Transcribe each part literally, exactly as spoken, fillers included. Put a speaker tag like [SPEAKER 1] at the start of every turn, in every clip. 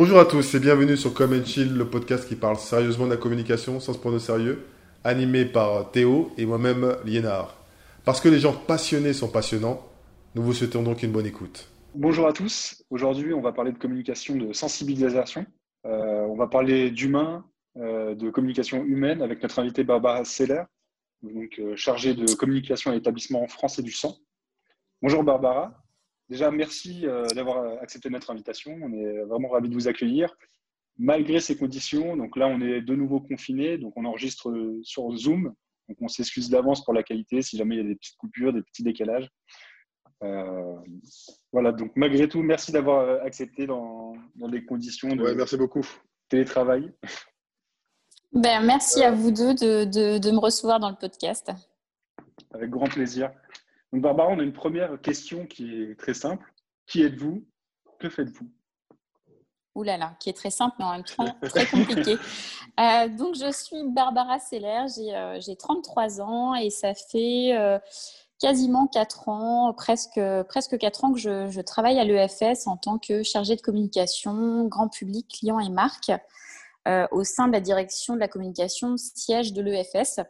[SPEAKER 1] Bonjour à tous et bienvenue sur Come and Chill, le podcast qui parle sérieusement de la communication sans se prendre au sérieux, animé par Théo et moi-même Liénard. Parce que les gens passionnés sont passionnants, nous vous souhaitons donc une bonne écoute.
[SPEAKER 2] Bonjour à tous. Aujourd'hui, on va parler de communication de sensibilisation. Euh, on va parler d'humain, euh, de communication humaine avec notre invitée Barbara Seller, donc euh, chargée de communication à l'établissement Français du Sang. Bonjour Barbara. Déjà, merci euh, d'avoir accepté notre invitation. On est vraiment ravis de vous accueillir. Malgré ces conditions, donc là, on est de nouveau confinés, donc on enregistre sur Zoom. Donc on s'excuse d'avance pour la qualité si jamais il y a des petites coupures, des petits décalages. Euh, voilà, donc malgré tout, merci d'avoir accepté dans, dans des conditions
[SPEAKER 1] Ouais,
[SPEAKER 2] de
[SPEAKER 1] merci beaucoup.
[SPEAKER 2] télétravail.
[SPEAKER 3] Ben, merci à vous deux de, de, de me recevoir dans le podcast.
[SPEAKER 2] Avec grand plaisir. Donc Barbara, on a une première question qui est très simple. Qui êtes-vous? Que faites-vous?
[SPEAKER 3] Ouh là là, qui est très simple mais en même temps très compliqué. euh, donc je suis Barbara Seller, j'ai, euh, j'ai trente-trois ans et ça fait euh, quasiment quatre ans, presque, presque quatre ans que je, je travaille à l'E F S en tant que chargée de communication, grand public, client et marque euh, au sein de la direction de la communication siège de l'E F S.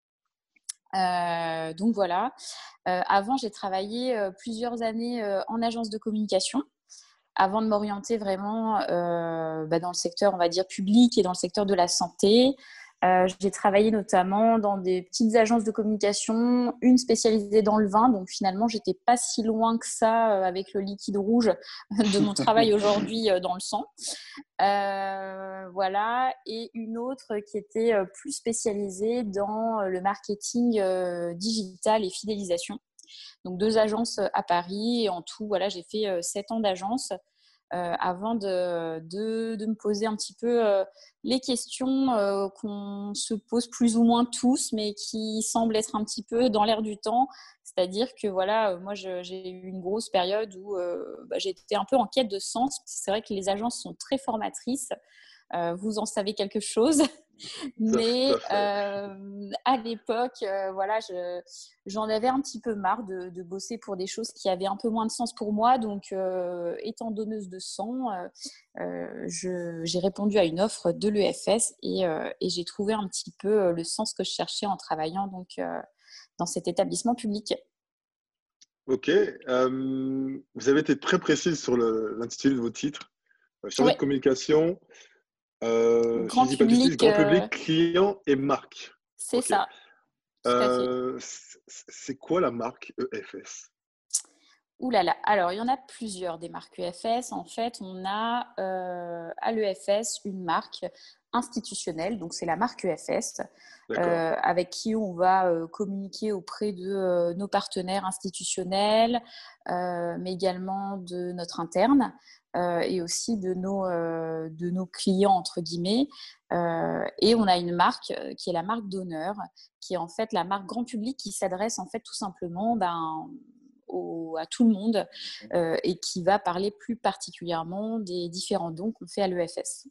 [SPEAKER 3] Euh, donc voilà. Euh, avant, j'ai travaillé euh, plusieurs années euh, en agence de communication avant de m'orienter vraiment euh, bah, dans le secteur, on va dire, public et dans le secteur de la santé. Euh, j'ai travaillé notamment dans des petites agences de communication, une spécialisée dans le vin. Donc finalement, j'étais pas si loin que ça euh, avec le liquide rouge de mon travail aujourd'hui euh, dans le sang. Euh, voilà. Et une autre qui était euh, plus spécialisée dans le marketing euh, digital et fidélisation. Donc deux agences à Paris et en tout, voilà, j'ai fait euh, sept ans d'agence euh, avant de, de, de me poser un petit peu euh, les questions euh, qu'on se pose plus ou moins tous, mais qui semblent être un petit peu dans l'air du temps. C'est-à-dire que voilà, euh, moi je, j'ai eu une grosse période où euh, bah, j'étais un peu en quête de sens. C'est vrai que les agences sont très formatrices. Euh, vous en savez quelque chose. Mais euh, à l'époque, euh, voilà, je, j'en avais un petit peu marre de, de bosser pour des choses qui avaient un peu moins de sens pour moi. Donc, euh, étant donneuse de sang, euh, euh, je, j'ai répondu à une offre de l'E F S et, euh, et j'ai trouvé un petit peu le sens que je cherchais en travaillant donc, euh, dans cet établissement public.
[SPEAKER 1] Ok, euh, vous avez été très précise sur le, l'intitulé de votre titre, euh, chargé
[SPEAKER 3] Oui,
[SPEAKER 1] de communication, euh, si je
[SPEAKER 3] grand
[SPEAKER 1] dis pas de bêtises,
[SPEAKER 3] public,
[SPEAKER 1] grand
[SPEAKER 3] euh,
[SPEAKER 1] public, client et marque.
[SPEAKER 3] c'est
[SPEAKER 1] Ok.
[SPEAKER 3] ça, tout à fait.
[SPEAKER 1] Euh, c'est c'est quoi la marque E F S?
[SPEAKER 3] Ouh là là. Alors, il y en a plusieurs des marques U F S. En fait, on a euh, à l'E F S une marque institutionnelle, donc c'est la marque U F S,
[SPEAKER 1] D'accord.
[SPEAKER 3] euh, avec qui on va euh, communiquer auprès de euh, nos partenaires institutionnels, euh, mais également de notre interne euh, et aussi de nos, euh, de nos clients, entre guillemets. Euh, et on a une marque euh, qui est la marque d'honneur, qui est en fait la marque grand public qui s'adresse en fait tout simplement ben, au, à tout le monde euh, et qui va parler plus particulièrement des différents dons qu'on fait à l'E F S.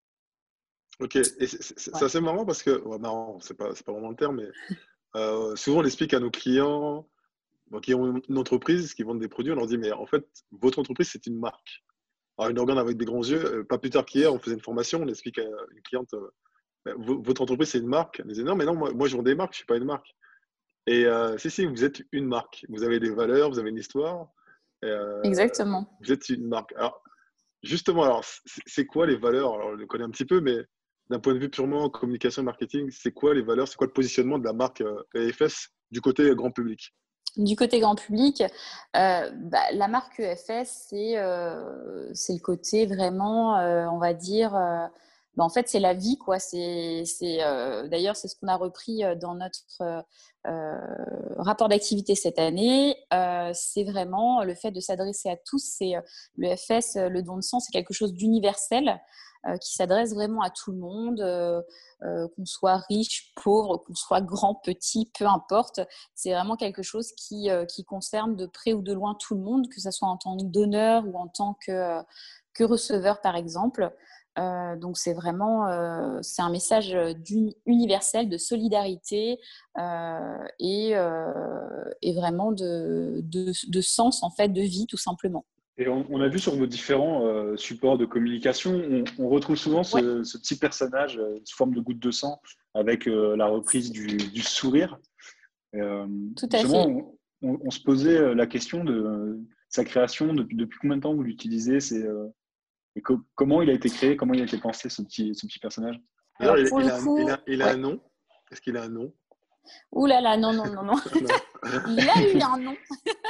[SPEAKER 1] Ok, et c'est c'est- c'est
[SPEAKER 3] Voilà.
[SPEAKER 1] assez marrant parce que, ouais, marrant, c'est pas, c'est pas vraiment le terme, mais euh, souvent on explique à nos clients bon, qui ont une entreprise, qui vendent des produits, on leur dit, mais en fait, votre entreprise, c'est une marque. Alors, ils nous regardent avec des grands yeux. Euh, pas plus tard qu'hier, on faisait une formation, on explique à une cliente, euh, Ben, v- votre entreprise, c'est une marque. Elle disait, non, mais non, moi, moi je vends des marques, je suis pas une marque. Et euh, si, si, vous êtes une marque. Vous avez des valeurs, vous avez une histoire. Et, euh,
[SPEAKER 3] Exactement.
[SPEAKER 1] vous êtes une marque. Alors, justement, alors, c'est c'est quoi les valeurs? Alors, on le connaît un petit peu, mais d'un point de vue purement communication et marketing, c'est quoi les valeurs? C'est quoi le positionnement de la marque euh, E F S du côté grand public?
[SPEAKER 3] Du côté grand public, euh, bah, la marque U F S, c'est, euh, c'est le côté vraiment, euh, on va dire, euh, bah, en fait, c'est la vie, quoi. C'est, c'est, euh, d'ailleurs, c'est ce qu'on a repris euh, dans notre euh, rapport d'activité cette année. Euh, c'est vraiment le fait de s'adresser à tous. C'est, euh, le F S, euh, le don de sang, c'est quelque chose d'universel euh, qui s'adresse vraiment à tout le monde, euh, euh, qu'on soit riche, pauvre, qu'on soit grand, petit, peu importe. C'est vraiment quelque chose qui, euh, qui concerne de près ou de loin tout le monde, que ce soit en tant que donneur ou en tant que, euh, que receveur, par exemple. Euh, donc, c'est vraiment euh, c'est un message universel de solidarité euh, et, euh, et vraiment de, de, de sens, en fait, de vie, tout simplement.
[SPEAKER 2] Et on, on a vu sur vos différents euh, supports de communication, on, on retrouve souvent ce,
[SPEAKER 3] Ouais.
[SPEAKER 2] ce petit personnage euh, sous forme de goutte de sang avec euh, la reprise du, du sourire. Et, euh,
[SPEAKER 3] Tout à
[SPEAKER 2] justement,
[SPEAKER 3] fait.
[SPEAKER 2] on, on- on se posait euh, la question de euh, sa création, depuis, depuis combien de temps vous l'utilisez, c'est, euh, et co- comment il a été créé, comment il a été pensé ce petit, ce petit personnage.
[SPEAKER 1] D'ailleurs,
[SPEAKER 3] Alors
[SPEAKER 1] il,
[SPEAKER 3] pour
[SPEAKER 1] il
[SPEAKER 3] le
[SPEAKER 1] a, un- il,
[SPEAKER 3] coup,
[SPEAKER 1] a, il a un
[SPEAKER 3] ouais.
[SPEAKER 1] nom. Est-ce qu'il a un nom?
[SPEAKER 3] Ouh là là, non, non, non, non.
[SPEAKER 1] Non.
[SPEAKER 3] Il a eu un nom,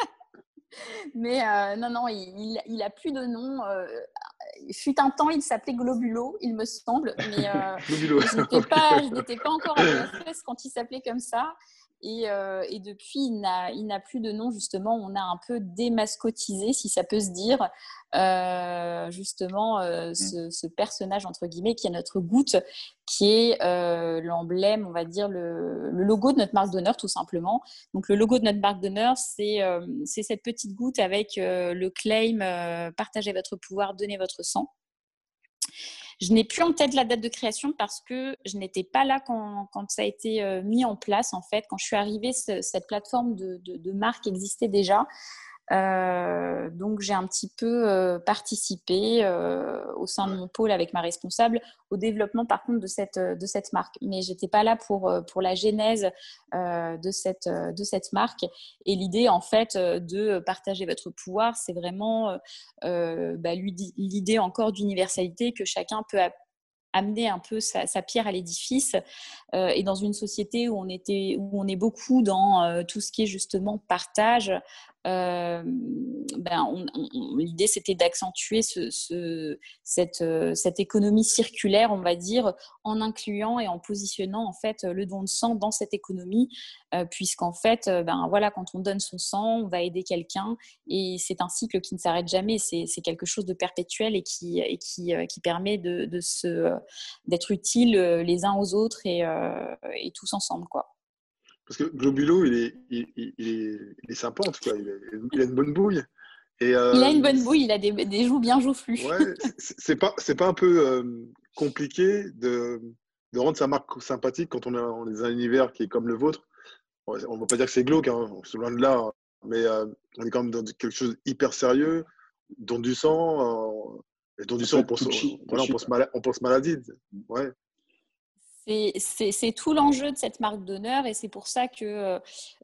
[SPEAKER 3] mais euh, non, non, il, il, il a plus de nom. Euh, fut un temps, il s'appelait Globulo, il me semble, mais, euh,
[SPEAKER 1] Globulo.
[SPEAKER 3] mais je n'étais
[SPEAKER 1] Ok.
[SPEAKER 3] pas, je n'étais pas encore à l'E F S quand il s'appelait comme ça. Et, euh, et depuis, il n'a, il n'a plus de nom, justement. On a un peu démascotisé, si ça peut se dire, euh, justement, euh, ce, ce personnage, entre guillemets, qui est notre goutte, qui est euh, l'emblème, on va dire, le, le logo de notre marque d'honneur, tout simplement. Donc, le logo de notre marque d'honneur, c'est, euh, c'est cette petite goutte avec euh, le claim euh, « Partagez votre pouvoir, donnez votre sang ». Je n'ai plus en tête la date de création parce que je n'étais pas là quand, quand ça a été euh, mis en place. En fait, quand je suis arrivée, ce, cette plateforme de, de, de marque existait déjà. Euh, donc, j'ai un petit peu euh, participé euh, au sein de
[SPEAKER 1] Ouais.
[SPEAKER 3] mon pôle avec ma responsable au développement, par contre, de cette, de cette marque. Mais je n'étais pas là pour, pour la genèse euh, de, cette, de cette marque. Et l'idée, en fait, de partager votre pouvoir, c'est vraiment euh, bah, l'idée encore d'universalité que chacun peut amener un peu sa, sa pierre à l'édifice. Euh, et dans une société où on, était, où on est beaucoup dans euh, tout ce qui est justement partage, euh, ben on, on, l'idée c'était d'accentuer ce, ce, cette, euh, cette économie circulaire, on va dire, en incluant et en positionnant en fait le don de sang dans cette économie, euh, puisqu'en fait, ben voilà, quand on donne son sang, on va aider quelqu'un et c'est un cycle qui ne s'arrête jamais. C'est, c'est quelque chose de perpétuel et qui, et qui, qui permet de, de se, d'être utiles les uns aux autres et, euh, et tous ensemble, quoi.
[SPEAKER 1] Parce que Globulo, il est, il, il- il est, il est sympa en tout cas. Il a, il a une bonne bouille. Et
[SPEAKER 3] Il a une
[SPEAKER 1] euh,
[SPEAKER 3] bonne bouille, il a des, des joues bien joufflues.
[SPEAKER 1] ouais, c'est c'est pas, c'est pas un peu euh, compliqué de, de rendre sa marque sympathique quand on est dans un univers qui est comme le vôtre. On ne va pas dire que c'est glauque, hein, c'est loin de là, hein, mais euh, on est quand même dans quelque chose hyper sérieux, don du sang. Euh, et don du
[SPEAKER 2] Ça
[SPEAKER 1] sang,
[SPEAKER 2] peut
[SPEAKER 1] on
[SPEAKER 2] être tout
[SPEAKER 1] pense,
[SPEAKER 2] de suite. Tout de
[SPEAKER 1] voilà, on
[SPEAKER 2] suite.
[SPEAKER 1] pense, mala- on pense maladie. Ouais,
[SPEAKER 3] C'est, c'est, c'est tout l'enjeu de cette marque d'honneur et c'est pour ça que,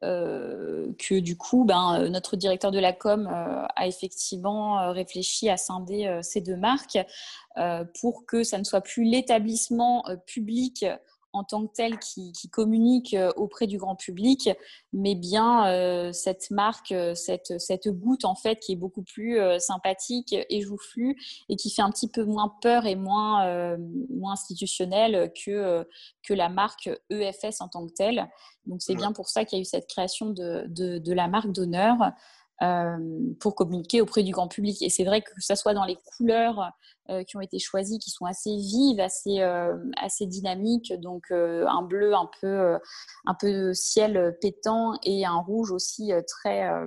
[SPEAKER 3] euh, que du coup, ben, notre directeur de la com euh, a effectivement euh, réfléchi à scinder euh, ces deux marques euh, pour que ça ne soit plus l'établissement euh, public en tant que tel qui, qui communique euh, auprès du grand public, mais bien euh, cette marque, euh, cette, cette goutte en fait qui est beaucoup plus euh, sympathique et joufflue et qui fait un petit peu moins peur et moins, euh, moins institutionnelle que, euh, que la marque E F S en tant que telle. Donc, c'est
[SPEAKER 1] ouais.
[SPEAKER 3] bien pour ça qu'il y a eu cette création de, de, de la marque d'honneur euh, pour communiquer auprès du grand public. Et c'est vrai que ça soit dans les couleurs euh, qui ont été choisies, qui sont assez vives, assez, euh, assez dynamiques, donc euh, un bleu un peu, euh, un peu ciel pétant et un rouge aussi euh, très... Euh,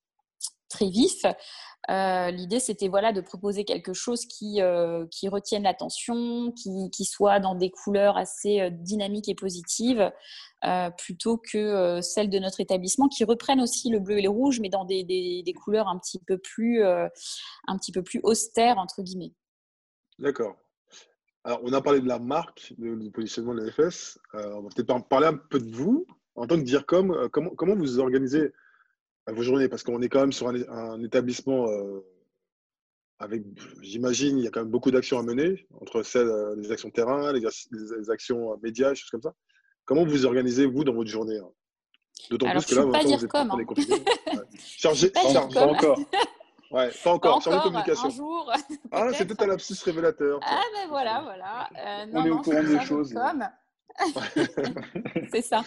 [SPEAKER 3] très vif. Euh, l'idée, c'était voilà, de proposer quelque chose qui, euh, qui retienne l'attention, qui, qui soit dans des couleurs assez euh, dynamiques et positives, euh, plutôt que euh, celles de notre établissement, qui reprennent aussi le bleu et le rouge, mais dans des, des, des couleurs un petit peu plus, euh, un petit peu plus austères, entre guillemets.
[SPEAKER 1] D'accord. Alors, on a parlé de la marque, de- du positionnement de la F S. Euh, on va peut-être par- parler un peu de vous. En tant que DIRCOM, euh, comment, comment vous organisez euh, vos journées? Parce qu'on est quand même sur un, un établissement euh, avec, j'imagine, il y a quand même beaucoup d'actions à mener, entre celles, euh, les actions terrain, les, as- les actions euh, médias, choses comme ça. Comment vous organisez, vous, dans votre journée, hein? D'autant
[SPEAKER 3] Alors,
[SPEAKER 1] plus
[SPEAKER 3] je
[SPEAKER 1] que
[SPEAKER 3] ne
[SPEAKER 1] là,
[SPEAKER 3] suis pas
[SPEAKER 1] maintenant, vous êtes,
[SPEAKER 3] DIRCOM,
[SPEAKER 1] on
[SPEAKER 3] hein.
[SPEAKER 1] est confiné. Ouais.
[SPEAKER 3] Je ne suis
[SPEAKER 1] Chargé,
[SPEAKER 3] pas
[SPEAKER 2] Pas, en- pas
[SPEAKER 3] DIRCOM.
[SPEAKER 1] chargé,
[SPEAKER 2] encore.
[SPEAKER 1] ouais, pas
[SPEAKER 3] Pas
[SPEAKER 1] encore, chargé de
[SPEAKER 3] encore, un
[SPEAKER 1] communication.
[SPEAKER 3] jour,
[SPEAKER 1] Ah, c'est
[SPEAKER 3] peut-être.
[SPEAKER 1] peut-être un lapsus révélateur,
[SPEAKER 3] Ah
[SPEAKER 1] tiens.
[SPEAKER 3] ben voilà, voilà. Euh,
[SPEAKER 2] On
[SPEAKER 3] non,
[SPEAKER 2] est au
[SPEAKER 3] non, je suis
[SPEAKER 2] courant
[SPEAKER 3] pas
[SPEAKER 2] des
[SPEAKER 3] chargée de
[SPEAKER 2] choses.
[SPEAKER 3] com. C'est ça.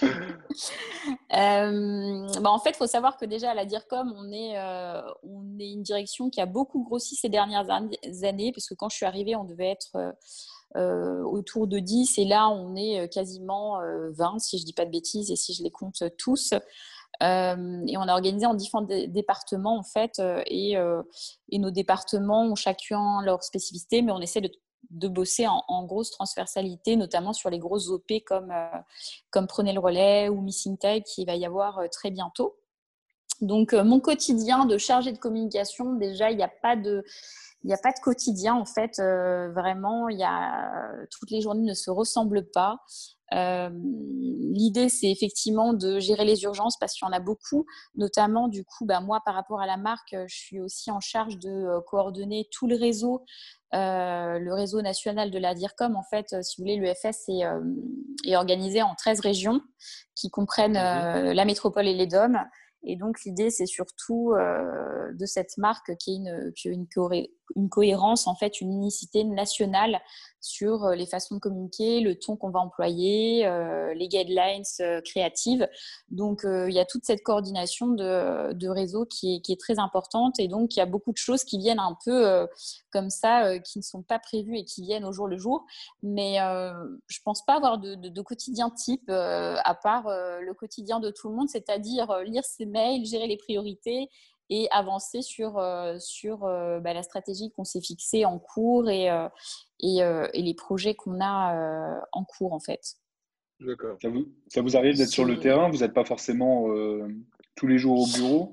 [SPEAKER 3] Euh, bah en fait, il faut savoir que déjà à la DIRCOM, on est, euh, on est une direction qui a beaucoup grossi ces dernières années, parce que quand je suis arrivée, on devait être euh, autour de dix, et là, on est quasiment euh, vingt, si je ne dis pas de bêtises, et si je les compte tous. Euh, et on a organisé en différents dé- départements, en fait, euh, et, euh, et nos départements ont chacun leur spécificité, mais on essaie de de bosser en, en grosse transversalité, notamment sur les grosses O P comme, euh, comme Prenez le relais ou Missing Type qui va y avoir euh, très bientôt. Donc, euh, mon quotidien de chargée de communication, déjà, il n'y a pas de, il n'y a pas de quotidien, en fait. Euh, vraiment, il y a, toutes les journées ne se ressemblent pas. Euh, l'idée, c'est effectivement de gérer les urgences parce qu'il y en a beaucoup. Notamment, du coup, bah, moi, par rapport à la marque, je suis aussi en charge de euh, coordonner tout le réseau, euh, le réseau national de la DIRCOM. En fait, euh, si vous voulez, l'U F S est, euh, est organisé en treize régions qui comprennent euh, la métropole et les D O M. Et donc, l'idée, c'est surtout euh, de cette marque qui est une, qui a une, cohé- une cohérence, en fait, une unicité nationale sur les façons de communiquer, le ton qu'on va employer, euh, les guidelines euh, créatives. Donc, euh, il y a toute cette coordination de, de réseau qui est, qui est très importante. Et donc, il y a beaucoup de choses qui viennent un peu euh, comme ça, euh, qui ne sont pas prévues et qui viennent au jour le jour. Mais euh, je ne pense pas avoir de, de, de quotidien type, euh, à part euh, le quotidien de tout le monde, c'est-à-dire euh, lire ses mails, gérer les priorités et avancer sur, euh, sur euh, bah, la stratégie qu'on s'est fixée en cours et, euh, et, euh, et les projets qu'on a euh, en cours, en fait.
[SPEAKER 1] D'accord.
[SPEAKER 2] Ça vous, ça vous arrive d'être sur le
[SPEAKER 3] C'est...
[SPEAKER 2] terrain? Vous n'êtes pas forcément euh, tous les jours au bureau?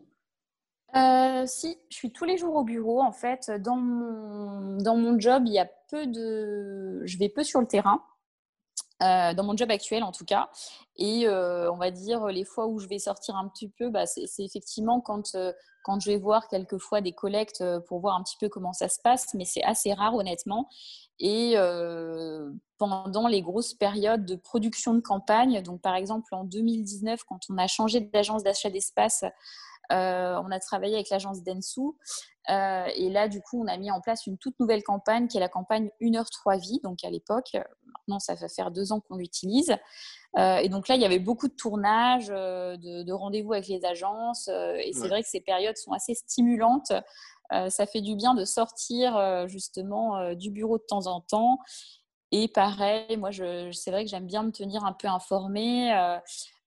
[SPEAKER 3] Euh, si, je suis tous les jours au bureau. En fait, dans mon, dans mon job, il y a peu de... je vais peu sur le terrain. Euh, dans mon job actuel en tout cas. Et euh, on va dire les fois où je vais sortir un petit peu, bah, c'est, c'est effectivement quand, euh, quand je vais voir quelquefois des collectes euh, pour voir un petit peu comment ça se passe, mais c'est assez rare honnêtement. Et euh, pendant les grosses périodes de production de campagne, donc par exemple en deux mille dix-neuf, quand on a changé d'agence d'achat d'espace, euh, on a travaillé avec l'agence Dentsu. Euh, et là, du coup, on a mis en place une toute nouvelle campagne qui est la campagne une heure trois vies. Donc, à l'époque, maintenant, ça va faire deux ans qu'on l'utilise. Euh, et donc là, il y avait beaucoup de tournages, euh, de, de rendez-vous avec les agences. Euh, et c'est
[SPEAKER 1] Ouais.
[SPEAKER 3] vrai que ces périodes sont assez stimulantes. Euh, ça fait du bien de sortir euh, justement euh, du bureau de temps en temps. Et pareil, moi, je, c'est vrai que j'aime bien me tenir un peu informée. Euh,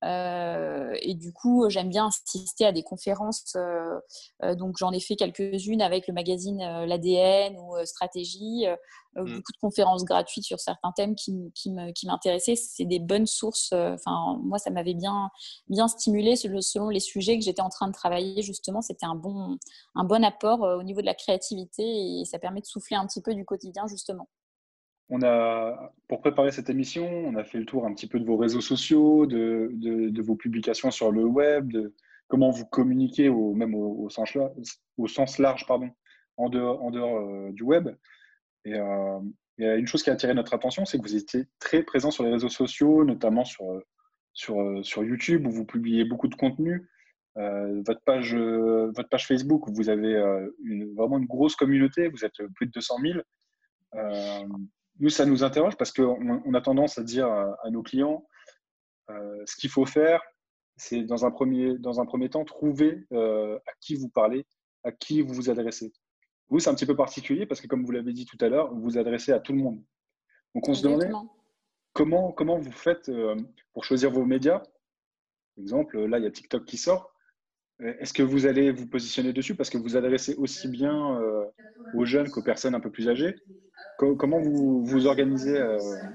[SPEAKER 3] euh, et du coup, j'aime bien assister à des conférences. Euh, euh, donc, j'en ai fait quelques-unes avec le magazine euh, l'A D N ou euh, Stratégie. Euh,
[SPEAKER 1] Mm.
[SPEAKER 3] beaucoup de conférences gratuites sur certains thèmes qui, qui, me, qui m'intéressaient. C'est des bonnes sources. Enfin, moi, ça m'avait bien, bien stimulé selon les sujets que j'étais en train de travailler. Justement, c'était un bon, un bon apport euh, au niveau de la créativité et ça permet de souffler un petit peu du quotidien, justement.
[SPEAKER 2] On a, pour préparer cette émission, on a fait le tour un petit peu de vos réseaux sociaux, de, de, de vos publications sur le web, de comment vous communiquez au, même au, au, sens, large, au sens large pardon, en dehors, en dehors euh, du web. Et, euh, et une chose qui a attiré notre attention, c'est que vous étiez très présent sur les réseaux sociaux, notamment sur, sur, sur YouTube, où vous publiez beaucoup de contenu. Euh, votre, page, euh, votre page Facebook, vous avez euh, une, vraiment une grosse communauté, vous êtes plus de deux cent mille. Euh, nous, ça nous interroge parce qu'on on a tendance à dire à, à nos clients euh, ce qu'il faut faire, c'est dans un premier, dans un premier temps trouver euh, à qui vous parlez, à qui vous vous adressez. Vous, c'est un petit peu particulier parce que, comme vous l'avez dit tout à l'heure, vous vous adressez à tout le monde. Donc, on se demandait
[SPEAKER 3] Exactement.
[SPEAKER 2] comment, comment vous faites euh, pour choisir vos médias. Par exemple, là, il y a TikTok qui sort. Est-ce que vous allez vous positionner dessus parce que vous adressez aussi bien euh, aux jeunes qu'aux personnes un peu plus âgées? Comment vous vous organisez euh...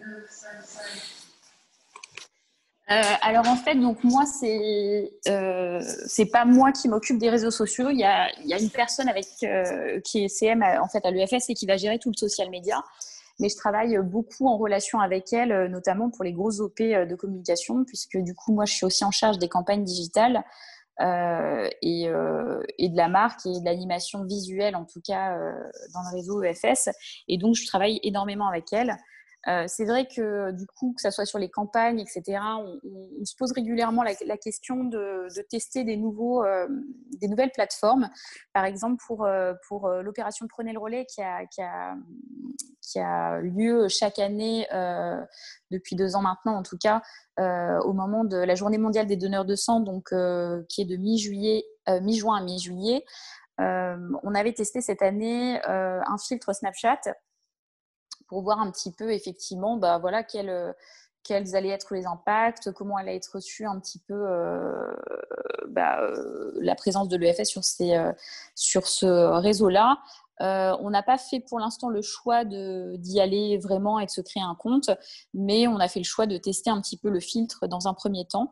[SPEAKER 3] Euh, alors en fait, donc moi c'est euh, c'est pas moi qui m'occupe des réseaux sociaux. Il y a il y a une personne avec euh, qui est C M en fait à l'U F S et qui va gérer tout le social media. Mais je travaille beaucoup en relation avec elle, notamment pour les grosses O P de communication, puisque du coup moi je suis aussi en charge des campagnes digitales euh, et, euh, et de la marque et de l'animation visuelle en tout cas euh, dans le réseau E F S. Et donc je travaille énormément avec elle. Euh, c'est vrai que du coup, que ça soit sur les campagnes, et cetera, on, on, on se pose régulièrement la, la question de, de tester des, nouveaux, euh, des nouvelles plateformes. Par exemple, pour, euh, pour euh, l'opération Prenez le relais qui a, qui a, qui a lieu chaque année euh, depuis deux ans maintenant, en tout cas, euh, au moment de la Journée mondiale des donneurs de sang, donc, euh, qui est de mi-juillet, euh, mi-juin à mi-juillet. Euh, on avait testé cette année euh, un filtre Snapchat pour voir un petit peu effectivement bah, voilà, quel, quels allaient être les impacts, comment allait être reçue un petit peu euh, bah, euh, la présence de l'E F S sur, ces, euh, sur ce réseau-là. Euh, on n'a pas fait pour l'instant le choix de, d'y aller vraiment et de se créer un compte, mais on a fait le choix de tester un petit peu le filtre dans un premier temps.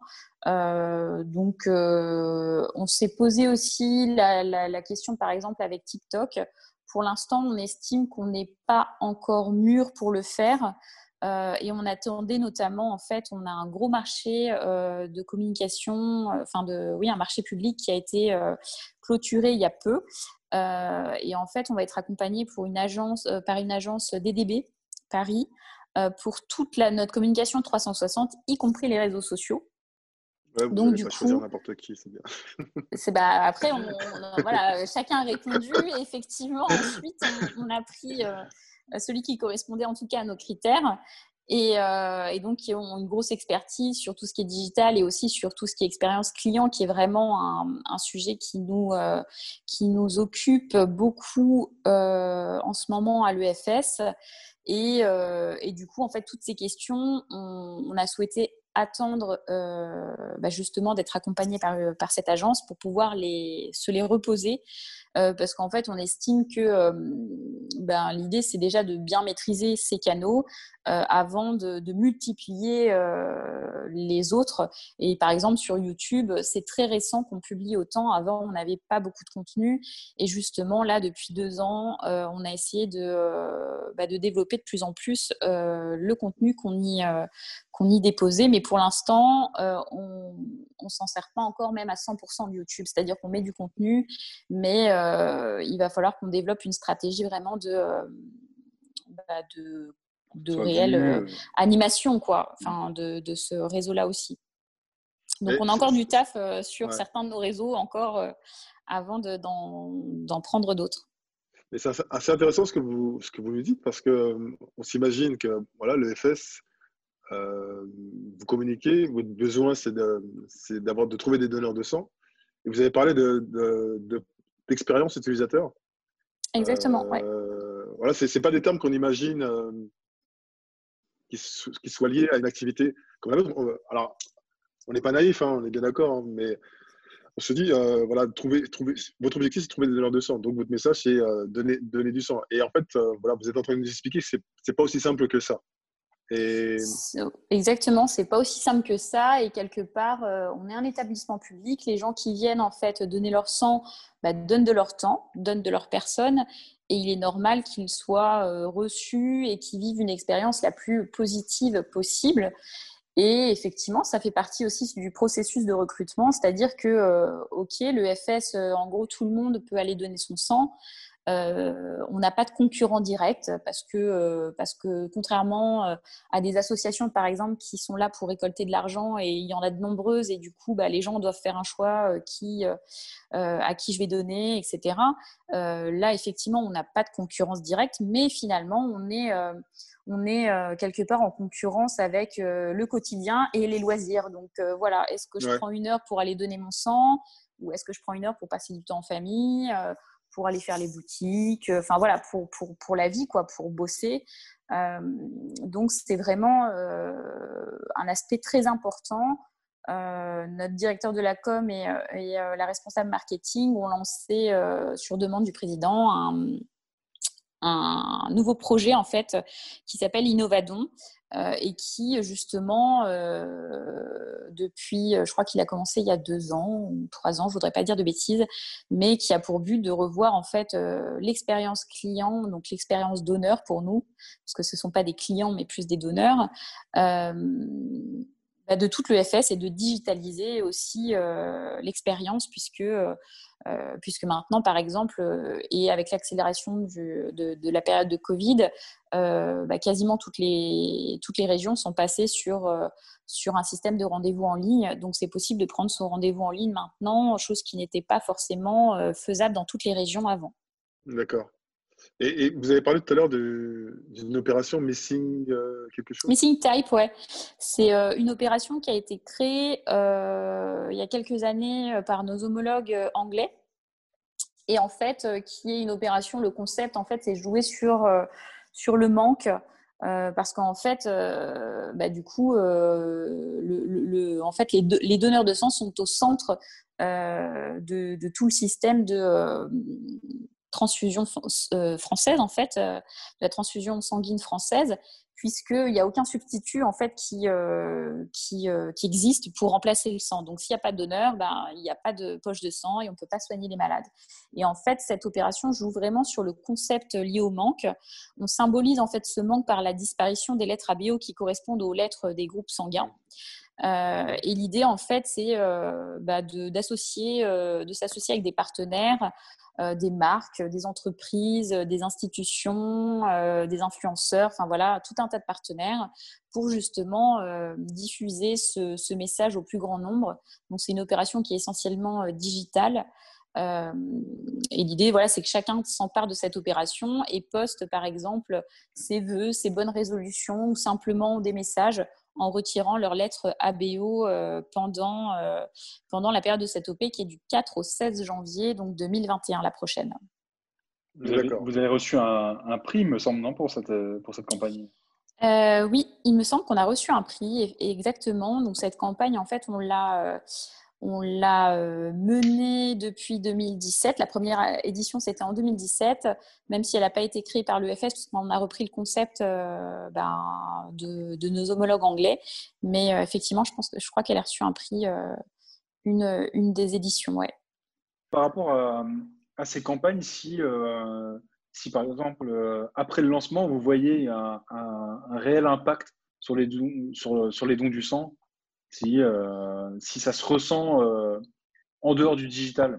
[SPEAKER 3] Euh, donc, euh, on s'est posé aussi la, la, la question, par exemple, avec TikTok. Pour l'instant, on estime qu'on n'est pas encore mûr pour le faire. Euh, et on attendait notamment, en fait, on a un gros marché euh, de communication, euh, enfin, de, oui, un marché public qui a été euh, clôturé il y a peu. Euh, et en fait, on va être accompagné pour une agence, euh, par une agence D D B Paris euh, pour toute la, notre communication trois cent soixante, y compris les réseaux sociaux.
[SPEAKER 1] Ouais, vous
[SPEAKER 3] Donc,
[SPEAKER 1] n'allez
[SPEAKER 3] du
[SPEAKER 1] pas choisir
[SPEAKER 3] coup,
[SPEAKER 1] n'importe qui, c'est bien.
[SPEAKER 3] c'est, bah, après, on, on- voilà, chacun a répondu. Et effectivement, ensuite, on, on a pris euh, celui qui correspondait en tout cas à nos critères. Et, euh, et donc, qui ont une grosse expertise sur tout ce qui est digital et aussi sur tout ce qui est expérience client, qui est vraiment un, un sujet qui nous, euh, qui nous occupe beaucoup euh, en ce moment à l'E F S. Et, euh, et du coup, en fait, toutes ces questions, on, on a souhaité attendre euh, bah justement d'être accompagné par, par cette agence pour pouvoir les, se les reposer euh, parce qu'en fait on estime que euh, ben, l'idée c'est déjà de bien maîtriser ces canaux euh, avant de, de multiplier euh, les autres. Et par exemple sur YouTube, c'est très récent qu'on publie autant. Avant on n'avait pas beaucoup de contenu et justement là depuis deux ans euh, on a essayé de, euh, bah, de développer de plus en plus euh, le contenu qu'on y, euh, qu'on y déposait. Mais pour l'instant euh, on ne s'en sert pas encore même à cent pour cent de YouTube, c'est-à-dire qu'on met du contenu mais euh, il va falloir qu'on développe une stratégie vraiment de, euh, bah, de, de
[SPEAKER 1] Soit
[SPEAKER 3] réelle
[SPEAKER 1] vu.
[SPEAKER 3] euh,
[SPEAKER 1] euh,
[SPEAKER 3] animation, quoi, enfin, de, de ce réseau-là aussi. Donc,
[SPEAKER 1] Mais
[SPEAKER 3] on a
[SPEAKER 1] c'est-
[SPEAKER 3] encore du
[SPEAKER 1] c'est-
[SPEAKER 3] taf euh, sur
[SPEAKER 1] ouais.
[SPEAKER 3] certains de nos réseaux encore euh, avant de, d'en, d'en prendre d'autres.
[SPEAKER 1] Mais c'est assez assez intéressant ce que vous, ce que vous nous dites parce que euh, on s'imagine que voilà, le F S, euh, vous communiquez, votre besoin c'est de, c'est d'avoir de trouver des donneurs de sang. Et vous avez parlé de, de- de- d'expérience utilisateur.
[SPEAKER 3] Exactement, ouais.
[SPEAKER 1] Euh, voilà, c'est c'est pas des termes qu'on imagine euh, qui, so- qui soient liés à une activité comme la nôtre. On- Alors, on n'est pas naïf, hein, on est bien d'accord, hein, mais on se dit, euh, voilà, trouver, trouver, votre objectif, c'est de trouver des donneurs de sang. Donc, votre message, c'est euh, donner, donner du sang. Et en fait, euh, voilà, vous êtes en train de nous expliquer que c'est c'est pas aussi simple que ça. Et
[SPEAKER 3] C'est- Exactement, c'est pas aussi simple que ça. Et quelque part, euh, on est un établissement public. Les gens qui viennent en fait donner leur sang bah, donnent de leur temps, donnent de leur personne. Et il est normal qu'ils soient euh, reçus et qu'ils vivent une expérience la plus positive possible. Et effectivement, ça fait partie aussi du processus de recrutement, c'est-à-dire que, euh, ok, le F S, euh, en gros, tout le monde peut aller donner son sang. Euh, on n'a pas de concurrent direct parce que, euh, parce que contrairement euh, à des associations, par exemple, qui sont là pour récolter de l'argent et il y en a de nombreuses et du coup, bah, les gens doivent faire un choix euh, qui, euh, à qui je vais donner, et cetera. Euh, là, effectivement, on n'a pas de concurrence directe, mais finalement, on est, euh, on est euh, quelque part en concurrence avec euh, le quotidien et les loisirs. Donc euh, voilà, est-ce que je
[SPEAKER 1] ouais,
[SPEAKER 3] prends une heure pour aller donner mon sang ou est-ce que je prends une heure pour passer du temps en famille euh, pour aller faire les boutiques, enfin voilà, pour, pour, pour la vie, quoi, pour bosser. Euh, donc, c'était vraiment euh, un aspect très important. Euh, notre directeur de la com et, et euh, la responsable marketing ont lancé, euh, sur demande du président, un, un nouveau projet en fait qui s'appelle Innovadon euh, et qui justement euh, depuis, je crois qu'il a commencé il y a deux ans ou trois ans, je voudrais pas dire de bêtises, mais qui a pour but de revoir en fait euh, l'expérience client, donc l'expérience donneur pour nous, parce que ce sont pas des clients mais plus des donneurs. Euh, de toute l'E F S et de digitaliser aussi euh, l'expérience puisque euh, euh, puisque maintenant, par exemple, euh, et avec l'accélération du, de, de la période de Covid, euh, bah, quasiment toutes les, toutes les régions sont passées sur, euh, sur un système de rendez-vous en ligne. Donc, c'est possible de prendre son rendez-vous en ligne maintenant, chose qui n'était pas forcément euh, faisable dans toutes les régions avant.
[SPEAKER 1] d'accord. Et, et vous avez parlé tout à l'heure de- d'une opération Missing euh, quelque chose?
[SPEAKER 3] Missing Type, ouais. C'est euh, une opération qui a été créée euh, il y a quelques années euh, par nos homologues euh, anglais. Et en fait, euh, qui est une opération, le concept, en fait, c'est jouer sur, euh, sur le manque. Euh, parce qu'en fait, euh, bah, du coup, euh, le, le, en fait les, do- les donneurs de sang sont au centre euh, de, de tout le système de euh, transfusion euh, française, en fait, euh, de la transfusion sanguine française. puisqu'il n'y a aucun substitut en fait, qui, euh, qui, euh, qui existe pour remplacer le sang. Donc, s'il n'y a pas de donneur, ben, il n'y a pas de poche de sang et on ne peut pas soigner les malades. Et en fait, cette opération joue vraiment sur le concept lié au manque. On symbolise en fait ce manque par la disparition des lettres A B O qui correspondent aux lettres des groupes sanguins. Euh, et l'idée, en fait, c'est euh, bah, de, d'associer, euh, de s'associer avec des partenaires, euh, des marques, des entreprises, des institutions, euh, des influenceurs, enfin voilà, tout un tas de partenaires pour justement euh, diffuser ce, ce message au plus grand nombre. Donc, c'est une opération qui est essentiellement euh, digitale. Euh, et l'idée, voilà, c'est que chacun s'empare de cette opération et poste, par exemple, ses vœux, ses bonnes résolutions ou simplement des messages en retirant leurs lettres A B O euh, pendant, euh, pendant la période de cette O P qui est du quatre au seize janvier, donc deux mille vingt et un, la prochaine.
[SPEAKER 2] Vous avez, vous avez reçu un, un prix, me semble, non, pour cette, pour cette campagne?
[SPEAKER 3] Euh, oui, il me semble qu'on a reçu un prix, exactement. Donc, cette campagne, en fait, on l'a, euh, on l'a euh, menée depuis deux mille dix-sept. La première édition, c'était en deux mille dix-sept, même si elle n'a pas été créée par l'E F S, parce qu'on a repris le concept euh, ben, de, de nos homologues anglais. Mais euh, effectivement, je pense que je crois qu'elle a reçu un prix, euh, une, une des éditions, ouais.
[SPEAKER 2] Par rapport à, à ces campagnes, si, euh, si par exemple, euh, après le lancement, vous voyez un, un, un réel impact sur les dons, sur, sur les dons du sang, si, euh, si ça se ressent euh, en dehors du digital?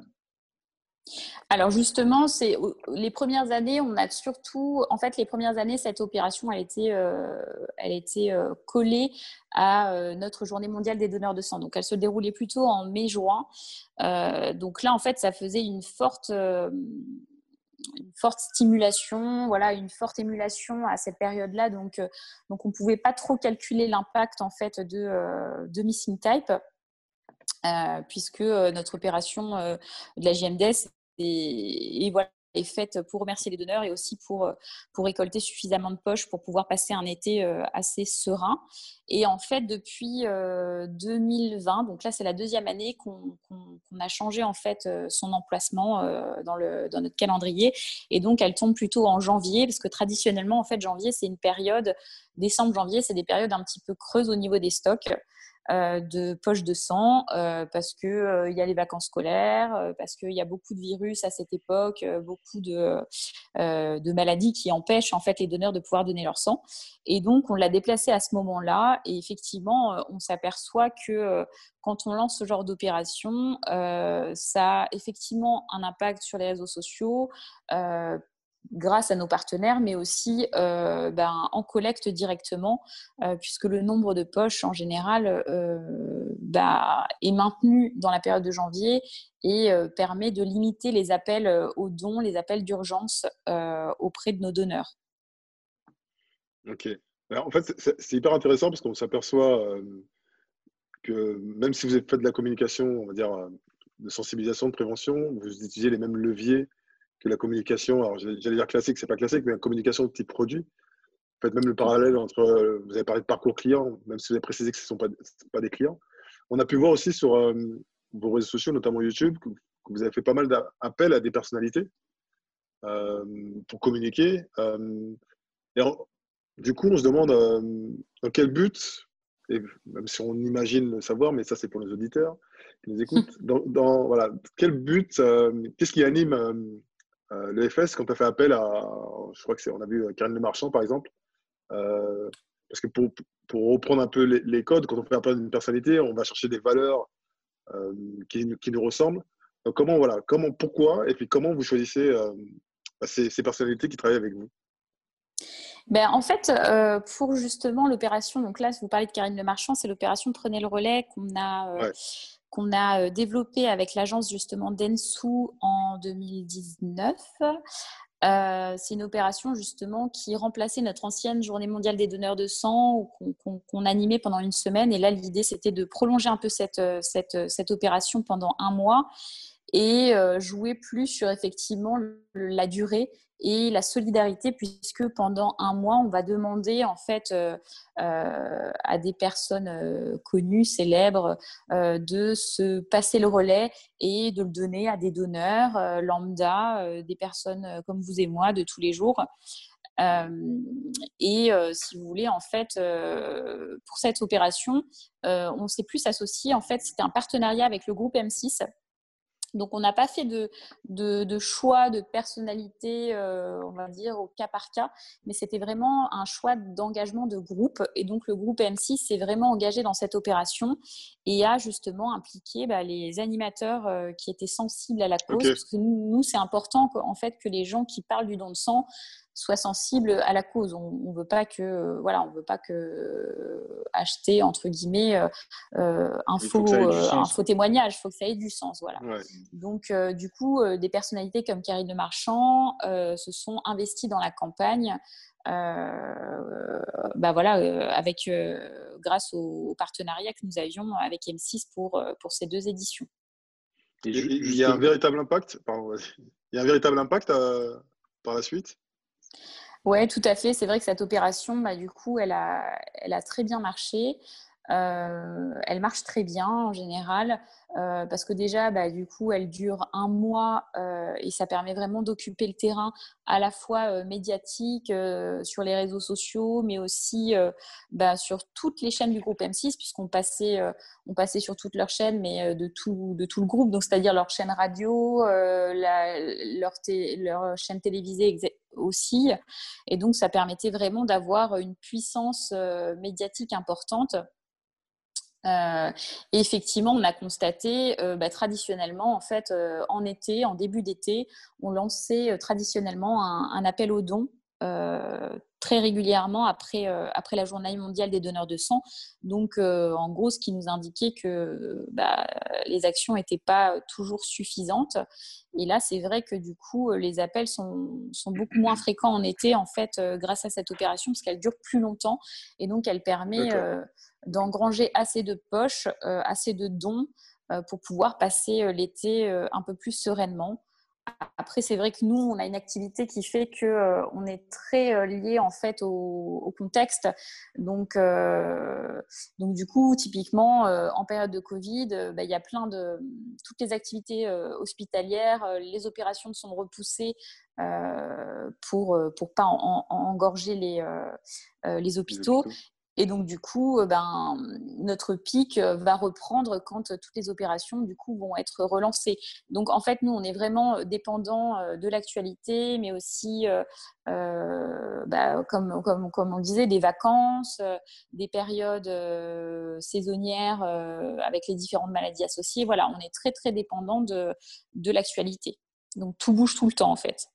[SPEAKER 3] Alors justement, c'est les premières années, on a surtout, en fait, les premières années, cette opération, elle était, euh, elle était euh, collée à euh, notre Journée mondiale des donneurs de sang. Donc, elle se déroulait plutôt en mai-juin. Euh, donc là, en fait, ça faisait une forte, euh, une forte stimulation, voilà, une forte émulation à cette période-là. Donc, euh, donc on pouvait pas trop calculer l'impact en fait de, euh, de Missing Type. Euh, puisque euh, notre opération euh, de la J M D S est, et voilà, est faite pour remercier les donneurs et aussi pour, pour récolter suffisamment de poches pour pouvoir passer un été euh, assez serein. Et en fait, depuis euh, deux mille vingt, donc là c'est la deuxième année qu'on, qu'on, qu'on a changé en fait euh, son emplacement euh, dans, le, dans notre calendrier. Et donc elle tombe plutôt en janvier, parce que traditionnellement, en fait, janvier, c'est une période, décembre, janvier, c'est des périodes un petit peu creuses au niveau des stocks. Euh, de poches de sang euh, parce qu'il euh, y a les vacances scolaires, euh, parce qu'il y a beaucoup de virus à cette époque, euh, beaucoup de, euh, de maladies qui empêchent en fait les donneurs de pouvoir donner leur sang. Et donc, on l'a déplacé à ce moment-là. Et effectivement, euh, on s'aperçoit que euh, quand on lance ce genre d'opération, euh, ça a effectivement un impact sur les réseaux sociaux, euh, grâce à nos partenaires, mais aussi euh, ben, en collecte directement, euh, puisque le nombre de poches en général euh, ben, est maintenu dans la période de janvier et euh, permet de limiter les appels aux dons, les appels d'urgence euh, auprès de nos donneurs.
[SPEAKER 1] Ok. Alors, en fait, c'est, c'est hyper intéressant parce qu'on s'aperçoit euh, que même si vous avez fait de la communication, on va dire, euh, de sensibilisation, de prévention, vous utilisez les mêmes leviers que la communication. Alors, j'allais dire classique, c'est pas classique, mais la communication de type produit. Faites même le parallèle entre, euh, vous avez parlé de parcours client, même si vous avez précisé que ce ne sont pas, pas des clients. On a pu voir aussi sur euh, vos réseaux sociaux, notamment YouTube, que, que vous avez fait pas mal d'appels à des personnalités euh, pour communiquer. Euh, et en, du coup, on se demande euh, dans quel but, et même si on imagine le savoir, mais ça c'est pour les auditeurs qui nous écoutent, dans, dans voilà, quel but, euh, qu'est-ce qui anime euh, euh, le F S quand on fait appel à, je crois que c'est, on a vu Karine Le Marchand par exemple. Euh, parce que pour, pour reprendre un peu les, les codes, quand on fait appel à une personnalité, on va chercher des valeurs euh, qui, qui nous ressemblent. Donc comment, voilà, comment, pourquoi, et puis comment vous choisissez euh, ces, ces personnalités qui travaillent avec vous?
[SPEAKER 3] Ben, en fait, euh, pour justement l'opération, donc là, vous parlez de Karine Le Marchand, c'est l'opération Prenez le relais qu'on a, euh,
[SPEAKER 1] Ouais.
[SPEAKER 3] qu'on a développée avec l'agence justement Dentsu en deux mille dix-neuf. Euh, c'est une opération justement qui remplaçait notre ancienne Journée mondiale des donneurs de sang qu'on, qu'on, qu'on animait pendant une semaine. Et là, l'idée, c'était de prolonger un peu cette, cette, cette opération pendant un mois et euh, jouer plus sur effectivement le, la durée et la solidarité, puisque pendant un mois, on va demander en fait euh, euh, à des personnes euh, connues, célèbres, euh, de se passer le relais et de le donner à des donneurs euh, lambda, euh, des personnes euh, comme vous et moi de tous les jours. Euh, et euh, si vous voulez, en fait, euh, pour cette opération, euh, on s'est plus associé. En fait, c'était un partenariat avec le groupe M six. Donc, on n'a pas fait de, de, de choix de personnalité, euh, on va dire, au cas par cas, mais c'était vraiment un choix d'engagement de groupe. Et donc, le groupe M six s'est vraiment engagé dans cette opération et a justement impliqué bah, les animateurs euh, qui étaient sensibles à la cause.
[SPEAKER 1] Ok.
[SPEAKER 3] Parce que nous, nous c'est important en fait, que les gens qui parlent du don de sang soient sensibles à la cause. On ne veut pas que, voilà, on veut pas que euh, acheter, entre guillemets, euh, euh, un,
[SPEAKER 2] Il faut que ça ait
[SPEAKER 3] faux,
[SPEAKER 2] du
[SPEAKER 3] euh, un
[SPEAKER 2] sens.
[SPEAKER 3] faux témoignage. Il faut que ça ait du sens. Voilà.
[SPEAKER 1] Ouais.
[SPEAKER 3] Donc, euh, du coup, euh, des personnalités comme Karine Le Marchand euh, se sont investies dans la campagne, euh, bah voilà, euh, avec, euh, grâce au, au partenariat que nous avions avec M six pour, euh, pour ces deux éditions.
[SPEAKER 2] Et
[SPEAKER 1] Et
[SPEAKER 2] ju-
[SPEAKER 1] et il y a un
[SPEAKER 2] justement,
[SPEAKER 1] véritable impact, pardon, vas-y. Il y a un véritable impact euh, par la suite?
[SPEAKER 3] Oui, tout à fait. C'est vrai que cette opération, bah, du coup, elle a, elle a très bien marché. Euh, elle marche très bien en général euh, parce que déjà, bah, du coup, elle dure un mois euh, et ça permet vraiment d'occuper le terrain à la fois euh, médiatique, euh, sur les réseaux sociaux, mais aussi euh, bah, sur toutes les chaînes du groupe M six, puisqu'on passait, euh, on passait sur toutes leurs chaînes, mais euh, de, tout, de tout le groupe, donc c'est-à-dire leur chaîne radio, euh, la, leur, té- leur chaîne télévisée aussi. Et donc, ça permettait vraiment d'avoir une puissance euh, médiatique importante. Euh, et effectivement, on a constaté, euh, bah, traditionnellement, en fait, euh, en été, en début d'été, on lançait euh, traditionnellement un, un appel aux dons euh, très régulièrement après, euh, après la Journée mondiale des donneurs de sang. Donc, euh, en gros, ce qui nous indiquait que bah, les actions n'étaient pas toujours suffisantes. Et là, c'est vrai que du coup, les appels sont, sont beaucoup moins fréquents en été, en fait, euh, grâce à cette opération, parce qu'elle dure plus longtemps. Et donc, elle permet
[SPEAKER 1] D'accord.
[SPEAKER 3] euh, d'engranger assez de poches, euh, assez de dons euh, pour pouvoir passer euh, l'été euh, un peu plus sereinement. Après, c'est vrai que nous, on a une activité qui fait que euh, on est très euh, lié en fait au, au contexte. Donc, euh, donc du coup, typiquement, euh, en période de Covid, euh, bah, il y a plein de toutes les activités euh, hospitalières, euh, les opérations sont repoussées euh, pour pour pas en, en, engorger les euh, euh, les
[SPEAKER 2] les
[SPEAKER 3] hôpitaux.
[SPEAKER 2] hôpitaux.
[SPEAKER 3] Et donc, du coup, ben, notre pic va reprendre quand toutes les opérations, du coup, vont être relancées. Donc, en fait, nous, on est vraiment dépendant de l'actualité, mais aussi, euh, euh, bah, comme, comme, comme on disait, des vacances, euh, des périodes euh, saisonnières euh, avec les différentes maladies associées. Voilà, on est très, très dépendant de, de l'actualité. Donc, tout bouge tout le temps, en fait.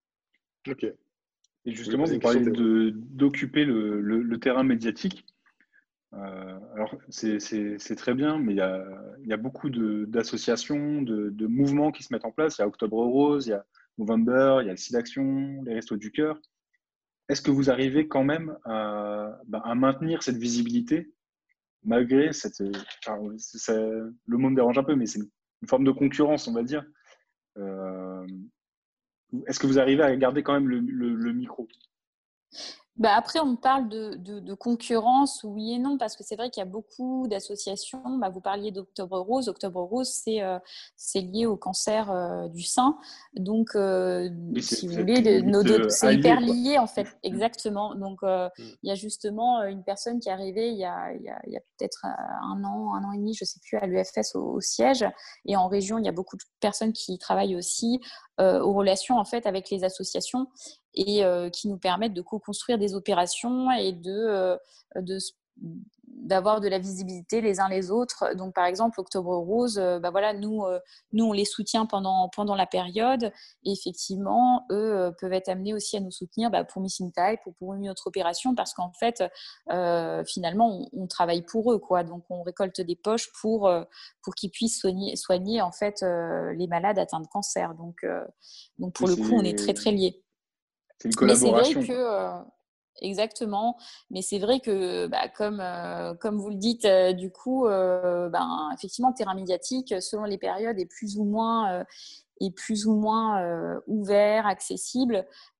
[SPEAKER 1] Ok. Je
[SPEAKER 2] Et
[SPEAKER 1] voulais
[SPEAKER 2] justement,
[SPEAKER 1] poser
[SPEAKER 2] vous
[SPEAKER 1] une question.
[SPEAKER 2] parlez
[SPEAKER 1] Théo.
[SPEAKER 2] de, d'occuper le, le- le terrain médiatique. Euh, alors, c'est, c'est- c'est très bien, mais il y a, il y a beaucoup de, d'associations, de, de mouvements qui se mettent en place. Il y a Octobre Rose, il y a Movember, il y a le SIDAction, les Restos du Cœur. Est-ce que vous arrivez quand même à, ben, à maintenir cette visibilité malgré cette… enfin, c'est- c'est- le mot me dérange un peu, mais c'est une, une forme de concurrence, on va dire. Euh, est-ce que vous arrivez à garder quand même le, le- le micro?
[SPEAKER 3] Bah après, on parle de, de, de concurrence, oui et non, parce que c'est vrai qu'il y a beaucoup d'associations. Bah, vous parliez d'Octobre Rose. Octobre Rose, c'est euh, c'est lié au cancer euh, du sein. Donc, euh,
[SPEAKER 2] Oui, c'est,
[SPEAKER 3] si vous
[SPEAKER 2] vous êtes
[SPEAKER 3] voulez, de- nos
[SPEAKER 2] limite
[SPEAKER 3] deux-
[SPEAKER 2] euh,
[SPEAKER 3] c'est
[SPEAKER 2] allié,
[SPEAKER 3] hyper
[SPEAKER 2] quoi.
[SPEAKER 3] lié, en fait. Exactement. Donc, euh,
[SPEAKER 1] Mm.
[SPEAKER 3] il y a justement euh, une personne qui est arrivée il y a, il y a, il y a peut-être un an, un an et demi, je ne sais plus, à l'U F S au, au siège. Et en région, il y a beaucoup de personnes qui travaillent aussi euh, aux relations, en fait, avec les associations et euh, qui nous permettent de co-construire des opérations et de, euh, de, d'avoir de la visibilité les uns les autres. Donc, par exemple, Octobre Rose, euh, bah voilà, nous, euh, nous, on les soutient pendant, pendant la période. Et effectivement, eux euh, peuvent être amenés aussi à nous soutenir bah, pour Missing Type ou pour une autre opération parce qu'en fait, euh, finalement, on, on travaille pour eux, quoi. Donc, on récolte des poches pour, euh, pour qu'ils puissent soigner, soigner en fait, euh, les malades atteints de cancer. Donc, euh, donc pour
[SPEAKER 2] Oui,
[SPEAKER 3] le coup, on est très,
[SPEAKER 2] c'est,
[SPEAKER 3] très liés.
[SPEAKER 2] c'est une
[SPEAKER 3] Mais c'est vrai
[SPEAKER 2] collaboration,
[SPEAKER 3] que,
[SPEAKER 2] quoi.
[SPEAKER 3] euh, exactement, mais c'est vrai que, bah, comme, euh, comme vous le dites, euh, du coup, euh, ben, effectivement, le terrain médiatique, selon les périodes, est plus ou moins, euh, est plus ou moins euh, ouvert, accessible.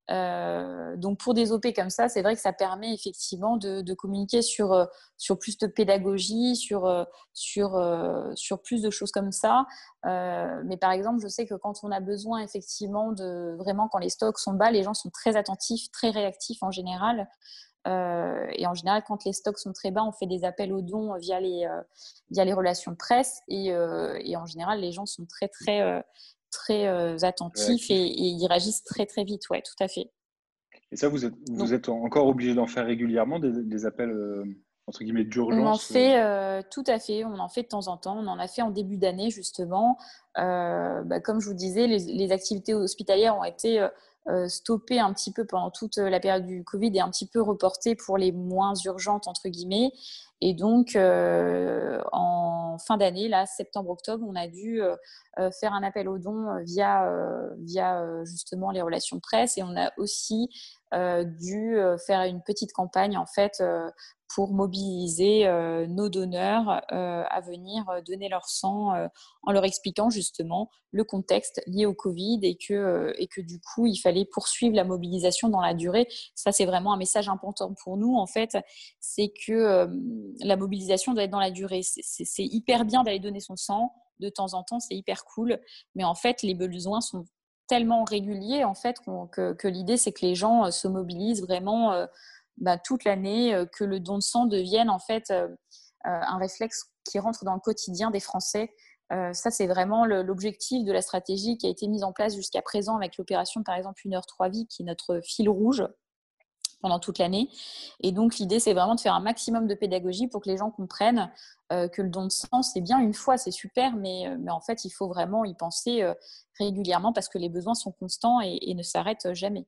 [SPEAKER 3] Euh, donc pour des O P comme ça, c'est vrai que ça permet effectivement de, de communiquer sur, euh, sur plus de pédagogie, sur, euh, sur, euh, sur plus de choses comme ça. Euh, mais par exemple, je sais que quand on a besoin effectivement de vraiment, quand les stocks sont bas, les gens sont très attentifs, très réactifs en général. Euh, et en général, quand les stocks sont très bas, on fait des appels aux dons via les, euh, via les relations presse. Et, euh, et en général, les gens sont très, très, euh, très euh, attentifs et, et ils réagissent très, très vite. Ouais, tout à fait.
[SPEAKER 2] Et ça, vous êtes,
[SPEAKER 3] Donc,
[SPEAKER 2] vous êtes encore obligé d'en faire régulièrement, des, des appels, euh, entre guillemets,
[SPEAKER 3] on en
[SPEAKER 2] d'urgence euh...
[SPEAKER 3] fait euh, tout à fait, on en fait de temps en temps. On en a fait en début d'année, justement. Euh, bah, comme je vous disais, les, les activités hospitalières ont été euh, stoppées un petit peu pendant toute la période du Covid et un petit peu reportées pour les moins urgentes, entre guillemets. Et donc, euh, en fin d'année, là, septembre-octobre, on a dû euh, faire un appel aux dons via, euh, via euh, justement les relations presse. Et on a aussi euh, dû faire une petite campagne, en fait, euh, pour mobiliser euh, nos donneurs euh, à venir donner leur sang euh, en leur expliquant justement le contexte lié au Covid et que, euh, et que du coup, il fallait poursuivre la mobilisation dans la durée. Ça, c'est vraiment un message important pour nous, en fait, c'est que euh, la mobilisation doit être dans la durée. C'est, c'est, c'est hyper bien d'aller donner son sang de temps en temps, c'est hyper cool, mais en fait, les besoins sont tellement réguliers, en fait, que, que l'idée, c'est que les gens se mobilisent vraiment euh, bah, toute l'année, euh, que le don de sang devienne en fait euh, euh, un réflexe qui rentre dans le quotidien des Français. Euh, ça, c'est vraiment le, l'objectif de la stratégie qui a été mise en place jusqu'à présent avec l'opération, par exemple, une heure trois vies, qui est notre fil rouge pendant toute l'année. Et donc, l'idée, c'est vraiment de faire un maximum de pédagogie pour que les gens comprennent euh, que le don de sang, c'est bien une fois, c'est super, mais, euh, mais en fait, il faut vraiment y penser euh, régulièrement parce que les besoins sont constants et, et ne s'arrêtent jamais.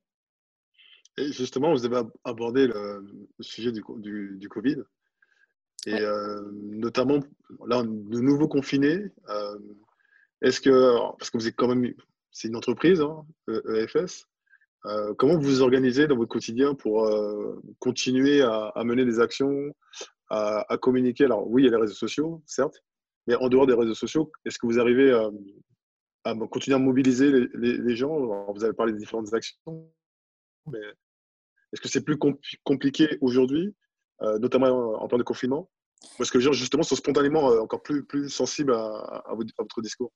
[SPEAKER 1] Et justement, vous avez abordé le, le sujet du, du, du Covid. Et
[SPEAKER 3] Oui.
[SPEAKER 1] euh, notamment, là, de nouveau confinés, euh, est-ce que, parce que vous êtes quand même, c'est une entreprise, hein, E F S, euh, comment vous vous organisez dans votre quotidien pour euh, continuer à, à mener des actions, à, à communiquer? Alors oui, il y a les réseaux sociaux, certes, mais en dehors des réseaux sociaux, est-ce que vous arrivez à, à continuer à mobiliser les, les, les gens? Alors, vous avez parlé des différentes actions, mais est-ce que c'est plus compl- compliqué aujourd'hui, euh, notamment en, en temps de confinement? Parce que les gens, justement, sont spontanément euh, encore plus, plus sensibles à, à, votre, à votre discours.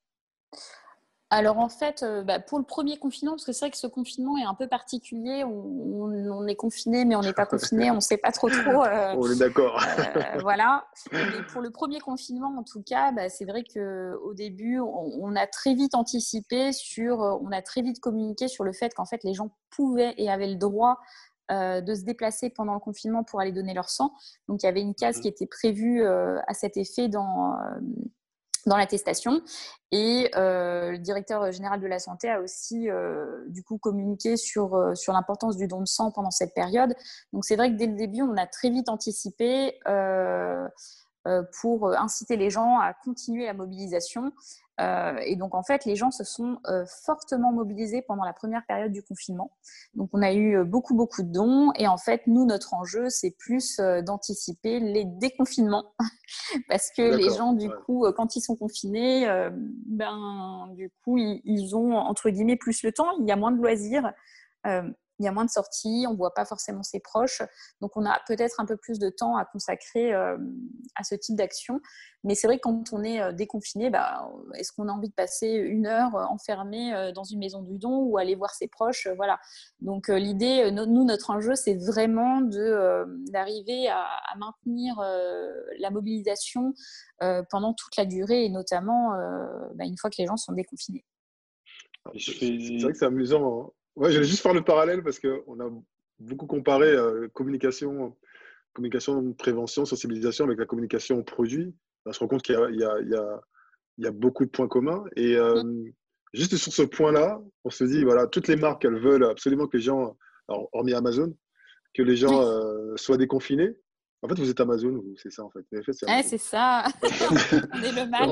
[SPEAKER 3] Alors en fait, euh, bah, pour le premier confinement, parce que c'est vrai que ce confinement est un peu particulier, on, on, on est confiné mais on n'est pas confiné, on ne sait pas trop trop. Euh,
[SPEAKER 1] On est d'accord.
[SPEAKER 3] euh, voilà. Mais pour le premier confinement, en tout cas, bah, c'est vrai qu'au début, on, on a très vite anticipé sur, on a très vite communiqué sur le fait qu'en fait les gens pouvaient et avaient le droit euh, de se déplacer pendant le confinement pour aller donner leur sang. Donc il y avait une case qui était prévue euh, à cet effet dans euh, dans l'attestation. Et euh, le directeur général de la santé a aussi euh, du coup communiqué sur, euh, sur l'importance du don de sang pendant cette période. Donc c'est vrai que dès le début, on a très vite anticipé euh, euh, pour inciter les gens à continuer la mobilisation. Euh, et donc en fait, les gens se sont euh, fortement mobilisés pendant la première période du confinement. Donc on a eu beaucoup, beaucoup de dons. Et en fait, nous, notre enjeu, c'est plus euh, d'anticiper les déconfinements. Parce que les
[SPEAKER 1] D'accord.
[SPEAKER 3] gens, du
[SPEAKER 1] Ouais.
[SPEAKER 3] coup, quand ils sont confinés, euh, ben, du coup, ils, ils ont, entre guillemets, plus le temps. Il y a moins de loisirs, euh, il y a moins de sorties, on ne voit pas forcément ses proches. Donc, on a peut-être un peu plus de temps à consacrer euh, à ce type d'action. Mais c'est vrai que quand on est euh, déconfiné, bah, est-ce qu'on a envie de passer une heure euh, enfermé euh, dans une maison du don ou aller voir ses proches euh, voilà. Donc, euh, l'idée, euh, nous, notre enjeu, c'est vraiment de, euh, d'arriver à, à maintenir euh, la mobilisation euh, pendant toute la durée et notamment euh, bah, une fois que les gens sont déconfinés.
[SPEAKER 1] C'est, c'est, c'est vrai que c'est amusant. Hein. Ouais, j'allais juste faire le parallèle parce qu'on a beaucoup comparé euh, communication, communication, prévention, sensibilisation avec la communication produit. On se rend compte qu'il y a, il y a, il y a, il y a beaucoup de points communs. Et euh, mmh. juste sur ce point-là, on se dit, voilà, toutes les marques, elles veulent absolument que les gens, alors, hormis Amazon, que les gens euh, soient déconfinés. En fait, vous êtes Amazon, vous, c'est ça en fait. En fait c'est,
[SPEAKER 3] ouais, c'est ça. On est le mal.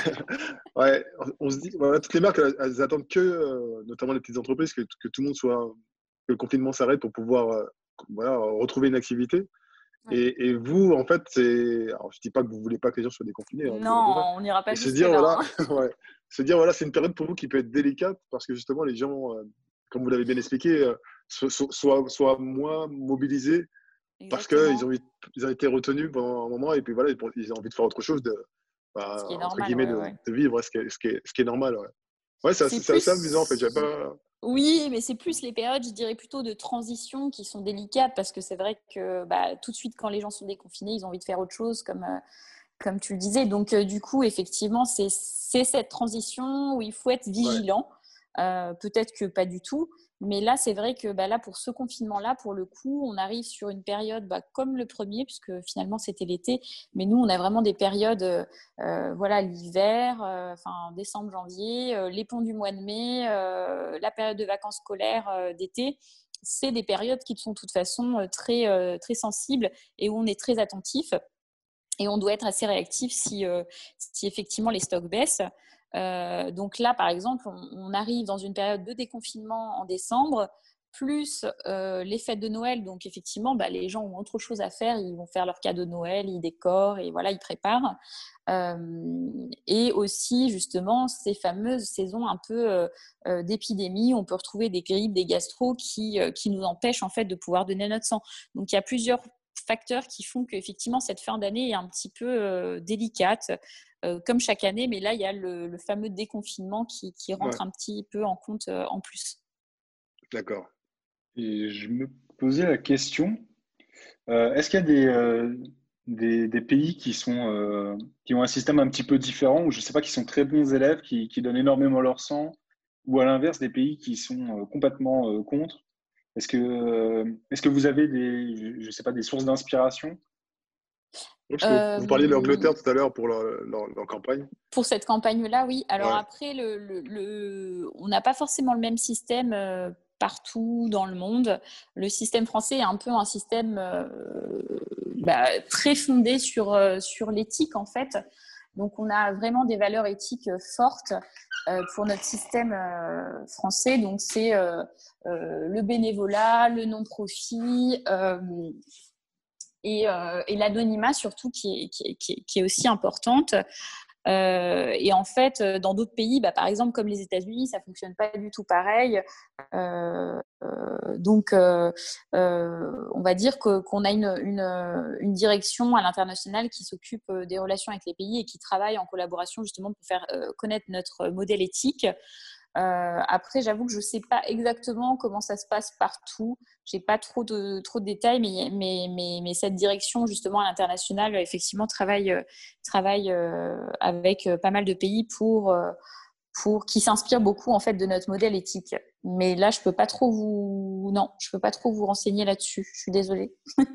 [SPEAKER 1] ouais, on se dit, voilà, toutes les marques, elles, elles attendent que, euh, notamment les petites entreprises, que, que tout le monde soit, que le confinement s'arrête pour pouvoir euh, voilà, retrouver une activité. Ouais. Et, et vous, en fait, c'est. Alors, je dis pas que vous voulez pas que les gens soient déconfinés. Hein,
[SPEAKER 3] non, on n'ira pas jusque
[SPEAKER 1] se dire,
[SPEAKER 3] là.
[SPEAKER 1] voilà,
[SPEAKER 3] Hein.
[SPEAKER 1] ouais, se dire, voilà, c'est une période pour vous qui peut être délicate parce que justement, les gens, euh, comme vous l'avez bien expliqué, euh, so- so- soient, soient moins mobilisés parce qu'ils ont, ils ont été retenus pendant un moment et puis voilà, ils ont envie de faire autre chose, de,
[SPEAKER 3] Ce qui est
[SPEAKER 1] bah, entre
[SPEAKER 3] normal,
[SPEAKER 1] guillemets,
[SPEAKER 3] ouais,
[SPEAKER 1] de,
[SPEAKER 3] ouais.
[SPEAKER 1] de vivre, ce qui est, ce qui est, ce qui est normal. Ouais, ouais c'est
[SPEAKER 3] C'est
[SPEAKER 1] assez, c'est assez amusant en fait.
[SPEAKER 3] plus...
[SPEAKER 1] J'avais pas...
[SPEAKER 3] Oui, mais c'est plus les périodes, je dirais plutôt de transition qui sont délicates parce que c'est vrai que bah, tout de suite, quand les gens sont déconfinés, ils ont envie de faire autre chose, comme, euh, comme tu le disais. Donc, euh, du coup, effectivement, c'est, c'est cette transition où il faut être
[SPEAKER 1] Ouais,
[SPEAKER 3] vigilant. Euh, peut-être que pas du tout. Mais là, c'est vrai que bah, là, pour ce confinement-là, pour le coup, on arrive sur une période bah, comme le premier, puisque finalement, c'était l'été. Mais nous, on a vraiment des périodes, euh, voilà, l'hiver, euh, enfin, décembre, janvier, euh, les ponts du mois de mai, euh, la période de vacances scolaires euh, d'été. C'est des périodes qui sont de toute façon euh, très, euh, très sensibles et où on est très attentif. Et on doit être assez réactif si, euh, si effectivement les stocks baissent. Euh, donc là, par exemple, on, on arrive dans une période de déconfinement en décembre, plus euh, les fêtes de Noël. Donc effectivement, bah, les gens ont autre chose à faire. Ils vont faire leurs cadeaux de Noël, ils décorent et voilà, ils préparent. Euh, et aussi, justement, ces fameuses saisons un peu euh, euh, d'épidémie. On peut retrouver des grippes, des gastro qui, euh, qui nous empêchent en fait de pouvoir donner notre sang. Donc il y a plusieurs facteurs qui font qu'effectivement cette fin d'année est un petit peu euh, délicate, euh, comme chaque année, mais là il y a le, le fameux déconfinement qui, qui
[SPEAKER 1] ouais,
[SPEAKER 3] rentre un petit peu en compte euh, en plus.
[SPEAKER 1] d'accord.
[SPEAKER 2] Et je me posais la question, euh, est-ce qu'il y a des, euh, des, des pays qui sont, euh, qui ont un système un petit peu différent, ou je ne sais pas, qui sont très bons élèves, qui, qui donnent énormément leur sang, ou à l'inverse, des pays qui sont euh, complètement euh, contre? Est-ce que, euh, est-ce que vous avez des, je ne sais pas, des sources d'inspiration?
[SPEAKER 1] Ouais, parce que vous, vous parliez de
[SPEAKER 3] Euh,
[SPEAKER 1] l'Angleterre tout à l'heure pour leur, leur, leur campagne.
[SPEAKER 3] pour cette campagne-là, oui. Alors
[SPEAKER 1] Ouais,
[SPEAKER 3] après, le, le, le... on n'a pas forcément le même système euh, partout dans le monde. Le système français est un peu un système euh, bah, très fondé sur, euh, sur l'éthique, en fait. Donc, on a vraiment des valeurs éthiques fortes euh, pour notre système euh, français. Donc, c'est euh, euh, le bénévolat, le non-profit euh, et, euh, et l'anonymat surtout qui est, qui, est, qui, est, qui est aussi importante. Euh, et en fait, dans d'autres pays, bah, par exemple comme les États-Unis, ça fonctionne pas du tout pareil. Euh, euh, donc, euh, euh, on va dire que, qu'on a une, une, une direction à l'international qui s'occupe des relations avec les pays et qui travaille en collaboration justement pour faire euh, connaître notre modèle éthique. Euh, après, j'avoue que je ne sais pas exactement comment ça se passe partout. Je n'ai pas trop de, trop de détails, mais, mais, mais, mais cette direction, justement, à l'international, effectivement, travaille, travaille euh, avec pas mal de pays pour, pour, qui s'inspirent beaucoup, en fait, de notre modèle éthique. Mais là, je ne peux pas trop vous... Non, je peux pas trop vous renseigner là-dessus. Je suis désolée.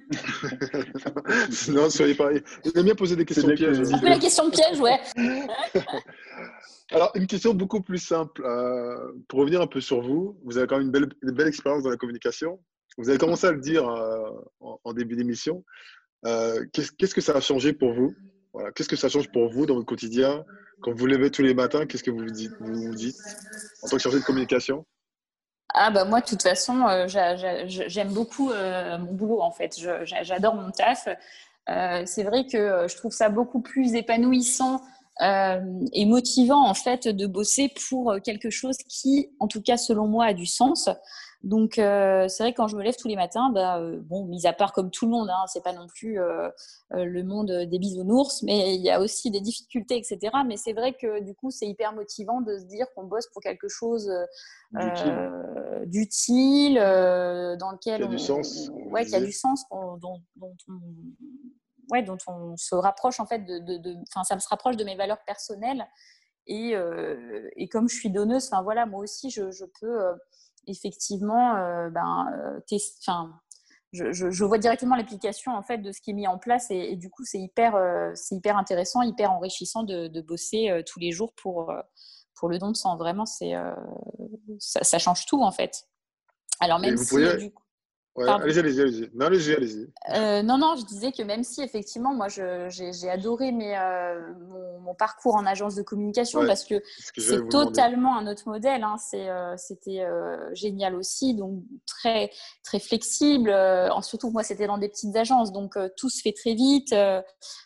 [SPEAKER 1] non, soyez pareil. J'aime bien poser des
[SPEAKER 2] C'est de
[SPEAKER 1] questions
[SPEAKER 2] la
[SPEAKER 1] pièges.
[SPEAKER 3] Un peu la
[SPEAKER 2] curiosité.
[SPEAKER 3] question piège, ouais.
[SPEAKER 1] Alors, une question beaucoup plus simple. Euh, pour revenir un peu sur vous, vous avez quand même une belle, une belle expérience dans la communication. Vous avez commencé à le dire euh, en, en début d'émission. Euh, qu'est-ce, qu'est-ce que ça a changé pour vous? Voilà. Qu'est-ce que ça change pour vous dans votre quotidien? Quand vous vous levez tous les matins, qu'est-ce que vous vous dites, vous vous dites en tant que chargé de communication?
[SPEAKER 3] Ah bah moi, de toute façon, euh, j'a- j'a- j'aime beaucoup euh, mon boulot, en fait. Je- j'a- j'adore mon taf. Euh, c'est vrai que euh, je trouve ça beaucoup plus épanouissant euh, et motivant, en fait, de bosser pour euh, quelque chose qui, en tout cas, selon moi, a du sens. Donc, euh, c'est vrai que quand je me lève tous les matins, bah, euh, bon, mis à part comme tout le monde, hein, c'est pas non plus euh, euh, le monde des bisounours, mais il y a aussi des difficultés, et cetera. Mais c'est vrai que du coup, c'est hyper motivant de se dire qu'on bosse pour quelque chose
[SPEAKER 2] D'utile.
[SPEAKER 3] euh, d'utile, euh, dans
[SPEAKER 1] Qui
[SPEAKER 3] lequel
[SPEAKER 1] a du
[SPEAKER 3] on,
[SPEAKER 1] sens,
[SPEAKER 3] on-
[SPEAKER 1] comme vous
[SPEAKER 3] ouais, qui a
[SPEAKER 1] disiez?
[SPEAKER 3] du sens, dont, dont, dont on, ouais, dont on se rapproche en fait de, de, de, enfin, ça me se rapproche de mes valeurs personnelles. Et, euh, et comme je suis donneuse, enfin voilà, moi aussi, je, je peux euh, effectivement, euh, ben, euh, tester, enfin, je, je, je vois directement l'application en fait de ce qui est mis en place et, et du coup, c'est hyper, euh, c'est hyper intéressant, hyper enrichissant de, de bosser euh, tous les jours pour euh, pour le don de sang. Vraiment, c'est euh, ça, ça change tout en fait. Alors
[SPEAKER 1] Et
[SPEAKER 3] même
[SPEAKER 1] vous
[SPEAKER 3] si
[SPEAKER 1] pourriez,
[SPEAKER 3] euh, du coup,
[SPEAKER 1] Ouais,
[SPEAKER 3] Pardon.
[SPEAKER 1] allez-y, allez-y, allez-y. Non, allez-y, allez-y.
[SPEAKER 3] Euh, non, non, je disais que même si effectivement, moi, je, j'ai, j'ai adoré mes, euh, mon, mon parcours en agence de communication
[SPEAKER 1] Ouais,
[SPEAKER 3] parce que
[SPEAKER 1] c'est ce que j'allais
[SPEAKER 3] c'est
[SPEAKER 1] vous demander.
[SPEAKER 3] totalement un autre modèle. Hein. C'est, euh, c'était euh, génial aussi, donc très, très flexible. Euh, surtout que moi, c'était dans des petites agences, donc euh, tout se fait très vite. Euh,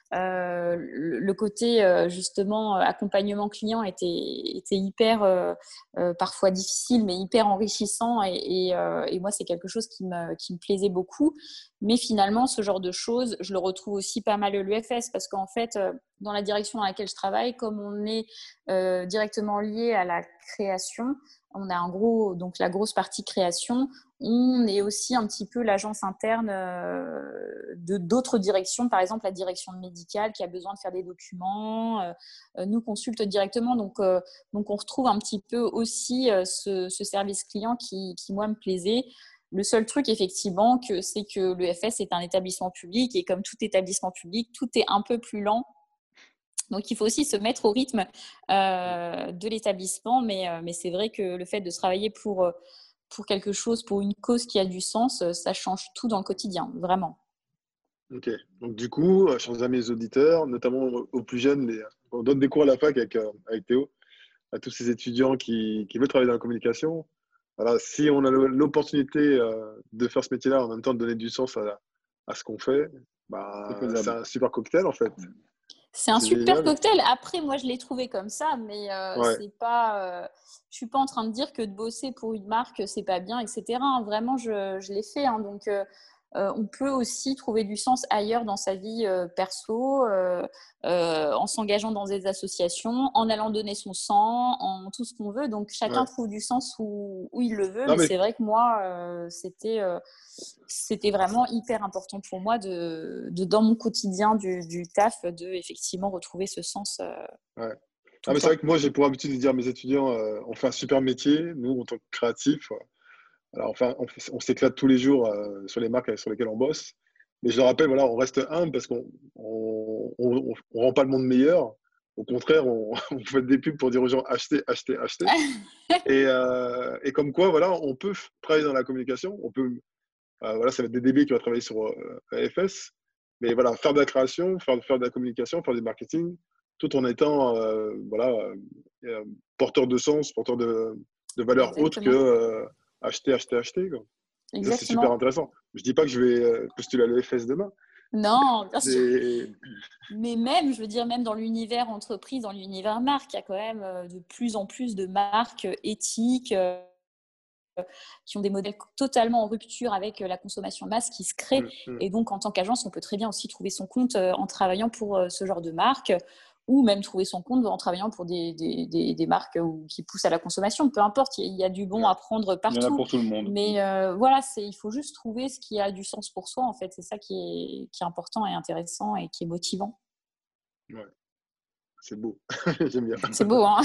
[SPEAKER 3] euh, le, le côté euh, justement accompagnement client était, était hyper euh, euh, parfois difficile, mais hyper enrichissant. Et, et, euh, et moi, c'est quelque chose qui me, qui me plaisait beaucoup. Mais finalement, ce genre de choses, je le retrouve aussi pas mal à l'U F S parce qu'en fait, euh, dans la direction dans laquelle je travaille, comme on est euh, directement lié à la création, on a un gros, donc la grosse partie création, on est aussi un petit peu l'agence interne euh, de d'autres directions, par exemple la direction médicale qui a besoin de faire des documents, euh, nous consulte directement. Donc, euh, donc on retrouve un petit peu aussi euh, ce, ce service client qui, qui, moi, me plaisait. Le seul truc, effectivement, que, c'est que l'E F S est un établissement public et comme tout établissement public, tout est un peu plus lent. Donc, il faut aussi se mettre au rythme euh, de l'établissement. Mais, euh, mais c'est vrai que le fait de travailler pour, pour quelque chose, pour une cause qui a du sens, ça change tout dans le quotidien, vraiment.
[SPEAKER 1] Ok. Donc, du coup, euh, chers amis auditeurs, notamment aux plus jeunes, les- on donne des cours à la fac avec, euh, avec Théo, à tous ces étudiants qui, qui veulent travailler dans la communication. Voilà, si on a le- l'opportunité euh, de faire ce métier-là, en même temps de donner du sens à, à ce qu'on fait,
[SPEAKER 2] C'est
[SPEAKER 1] bah, c'est
[SPEAKER 2] faisable.
[SPEAKER 1] un super cocktail en fait.
[SPEAKER 3] C'est un
[SPEAKER 1] C'est
[SPEAKER 3] super
[SPEAKER 1] génial.
[SPEAKER 3] cocktail. Après, moi, je l'ai trouvé comme ça, mais euh,
[SPEAKER 1] Ouais.
[SPEAKER 3] c'est pas. Euh, je suis pas en train de dire que de bosser pour une marque, c'est pas bien, et cetera. Hein. Vraiment, je, je l'ai fait. Hein. Donc, euh, euh, on peut aussi trouver du sens ailleurs dans sa vie euh, perso, euh, euh, en s'engageant dans des associations, en allant donner son sang, en tout ce qu'on veut. Donc, chacun
[SPEAKER 1] Ouais.
[SPEAKER 3] trouve du sens où, où il le veut.
[SPEAKER 1] Non,
[SPEAKER 3] Mais,
[SPEAKER 1] mais
[SPEAKER 3] c'est vrai que moi, euh, c'était. Euh, c'était vraiment hyper important pour moi de, de dans mon quotidien du, du taf, de effectivement retrouver ce sens euh,
[SPEAKER 1] ouais.
[SPEAKER 3] tout
[SPEAKER 1] Non,
[SPEAKER 3] le
[SPEAKER 1] mais c'est vrai
[SPEAKER 3] temps.
[SPEAKER 1] que moi, j'ai pour habitude de dire à mes étudiants, euh, on fait un super métier, nous, en tant que créatifs. Alors, enfin, on, fait- on s'éclate tous les jours euh, sur les marques sur lesquelles on bosse. Mais je le rappelle, voilà, on reste humble parce qu'on on, on, on- on rend pas le monde meilleur. Au contraire, on, on fait des pubs pour dire aux gens achetez, achetez, achetez. Et, euh, et comme quoi, voilà, on peut f- travailler dans la communication. On peut, euh, voilà, ça va être des D B qui va travailler sur euh, A F S. Mais voilà, faire de la création, faire, faire de la communication, faire du marketing, tout en étant euh, voilà, euh, porteur de sens, porteur de, de valeurs autres que
[SPEAKER 3] Exactement.
[SPEAKER 1] euh, acheter, acheter, acheter. Quoi. Et ça, c'est super
[SPEAKER 3] Exactement.
[SPEAKER 1] intéressant. Je dis pas que je vais euh, postuler à l'E F S demain.
[SPEAKER 3] Non, bien sûr.
[SPEAKER 1] Mais
[SPEAKER 3] Mais même, je veux dire, même dans l'univers entreprise, dans l'univers marque, il y a quand même euh, de plus en plus de marques euh, éthiques euh, qui ont des modèles totalement en rupture avec euh, la consommation de masse qui se créent.
[SPEAKER 1] hum, hum.
[SPEAKER 3] Et donc, en tant qu'agence, on peut très bien aussi trouver son compte euh, en travaillant pour euh, ce genre de marque ou même trouver son compte en travaillant pour des, des, des, des marques où, qui poussent à la consommation. Peu importe, il y a du bon
[SPEAKER 1] Ouais.
[SPEAKER 3] à prendre
[SPEAKER 2] Il y en a
[SPEAKER 3] partout.
[SPEAKER 2] pour tout le monde.
[SPEAKER 3] Mais euh, voilà, c'est, il faut juste trouver ce qui a du sens pour soi, en fait. C'est ça qui est, qui est important et intéressant et qui est motivant.
[SPEAKER 1] Ouais. C'est beau. J'aime bien.
[SPEAKER 3] C'est beau, hein?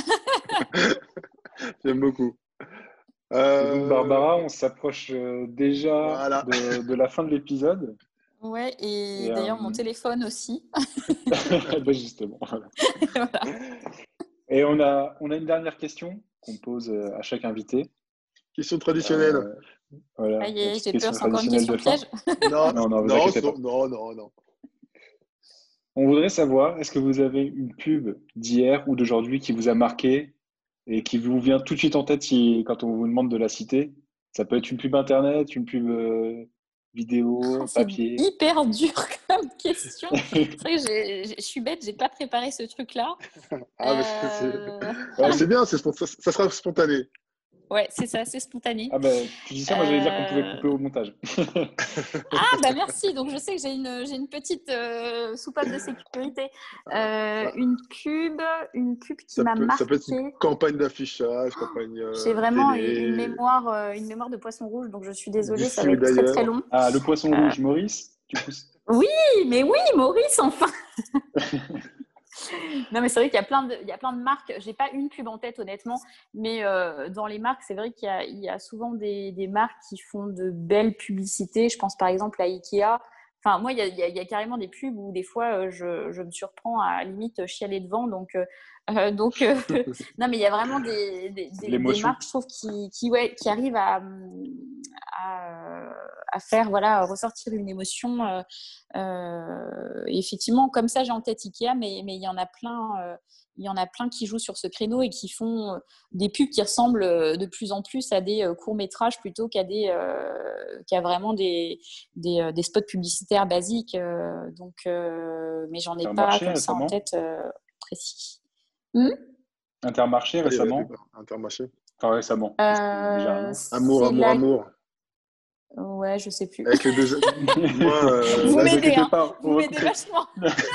[SPEAKER 1] J'aime beaucoup.
[SPEAKER 2] Et donc,
[SPEAKER 1] Euh,
[SPEAKER 2] Barbara, on s'approche euh, déjà
[SPEAKER 1] voilà.
[SPEAKER 2] de, de la fin de l'épisode.
[SPEAKER 3] Ouais, et
[SPEAKER 2] Et, euh,
[SPEAKER 3] d'ailleurs, mon téléphone aussi.
[SPEAKER 2] ben justement. Voilà.
[SPEAKER 3] Voilà.
[SPEAKER 2] Et on a, on a une dernière question qu'on pose euh, à chaque invité.
[SPEAKER 1] Question traditionnelle.
[SPEAKER 2] Euh, voilà,
[SPEAKER 3] Ça y
[SPEAKER 2] la
[SPEAKER 3] est,
[SPEAKER 2] petite
[SPEAKER 3] j'ai peur,
[SPEAKER 2] question
[SPEAKER 3] c'est encore une
[SPEAKER 2] traditionnelle
[SPEAKER 3] question
[SPEAKER 2] de fin.
[SPEAKER 3] piège.
[SPEAKER 1] Non,
[SPEAKER 2] Non, non, vous
[SPEAKER 1] non,
[SPEAKER 2] inquiétez pas.
[SPEAKER 1] non, non, non.
[SPEAKER 2] On voudrait savoir, est-ce que vous avez une pub d'hier ou d'aujourd'hui qui vous a marqué et qui vous vient tout de suite en tête si, quand on vous demande de la citer? Ça peut être une pub internet, une pub euh,
[SPEAKER 3] Ah,
[SPEAKER 2] vidéo,
[SPEAKER 3] c'est
[SPEAKER 2] papier.
[SPEAKER 3] hyper dur comme question. C'est vrai que j'ai- j'ai- je suis bête, j'ai pas préparé ce truc-là.
[SPEAKER 1] Ah, mais c'est c'est-
[SPEAKER 3] Euh,
[SPEAKER 1] ouais, c'est bien, c'est spont- ça, ça sera spontané.
[SPEAKER 3] Ouais, c'est ça, c'est spontané.
[SPEAKER 2] Ah ben, tu dis ça, moi j'allais dire qu'on pouvait
[SPEAKER 3] Euh,
[SPEAKER 2] couper au montage.
[SPEAKER 3] Ah, bah merci. Donc, je sais que j'ai une, j'ai une petite euh, soupape de sécurité.
[SPEAKER 1] Ah,
[SPEAKER 3] Euh,
[SPEAKER 1] bah,
[SPEAKER 3] une pub, une pub qui
[SPEAKER 1] ça
[SPEAKER 3] m'a
[SPEAKER 1] peut, ça peut être une
[SPEAKER 3] marquée.
[SPEAKER 1] campagne d'affichage, campagne
[SPEAKER 3] J'ai
[SPEAKER 1] euh,
[SPEAKER 3] vraiment une une
[SPEAKER 1] télé,
[SPEAKER 3] mémoire, euh, une mémoire de poisson rouge, donc je suis
[SPEAKER 1] du
[SPEAKER 3] désolée, ça va
[SPEAKER 1] film
[SPEAKER 3] être très très
[SPEAKER 1] d'ailleurs.
[SPEAKER 3] long.
[SPEAKER 2] Ah, le poisson
[SPEAKER 3] Euh,
[SPEAKER 2] rouge, Maurice, tu pousses.
[SPEAKER 3] Oui, mais oui, Maurice, enfin. Non, mais c'est vrai qu'il y a plein de, il y a plein de marques. J'ai pas une pub en tête, honnêtement, mais euh, dans les marques, c'est vrai qu'il y a, il y a souvent des, des marques qui font de belles publicités. Je pense par exemple à Ikea. Enfin, moi, il y a, y, a, y a carrément des pubs où des fois, euh, je, je me surprends à, à limite chialer devant. Donc, euh, donc euh, non, mais il y a vraiment des, des, des, des marques, je trouve, qui, qui, ouais, qui arrivent à, à, à faire, voilà, ressortir une émotion. Euh, euh, effectivement, comme ça, j'ai en tête Ikea, mais mais il y en a plein. Euh, il y en a plein qui jouent sur ce créneau et qui font des pubs qui ressemblent de plus en plus à des courts-métrages plutôt qu'à des, euh, qu'à vraiment des, des, des spots publicitaires basiques. Euh, donc, euh, mais j'en ai pas
[SPEAKER 2] Intermarché,
[SPEAKER 3] comme ça
[SPEAKER 2] récemment.
[SPEAKER 3] en tête euh, précis. Hmm
[SPEAKER 2] Intermarché
[SPEAKER 1] Ah, il y avait la
[SPEAKER 2] récemment.
[SPEAKER 1] pub, Intermarché.
[SPEAKER 2] Enfin, récemment.
[SPEAKER 3] Euh,
[SPEAKER 1] Amour, amour,
[SPEAKER 3] la...
[SPEAKER 1] amour.
[SPEAKER 3] Ouais, je sais plus.
[SPEAKER 1] Avec les deux. Moi, euh,
[SPEAKER 3] Vous
[SPEAKER 1] là,
[SPEAKER 3] m'aidez, hein.
[SPEAKER 2] pas,
[SPEAKER 3] Vous m'aidez vachement.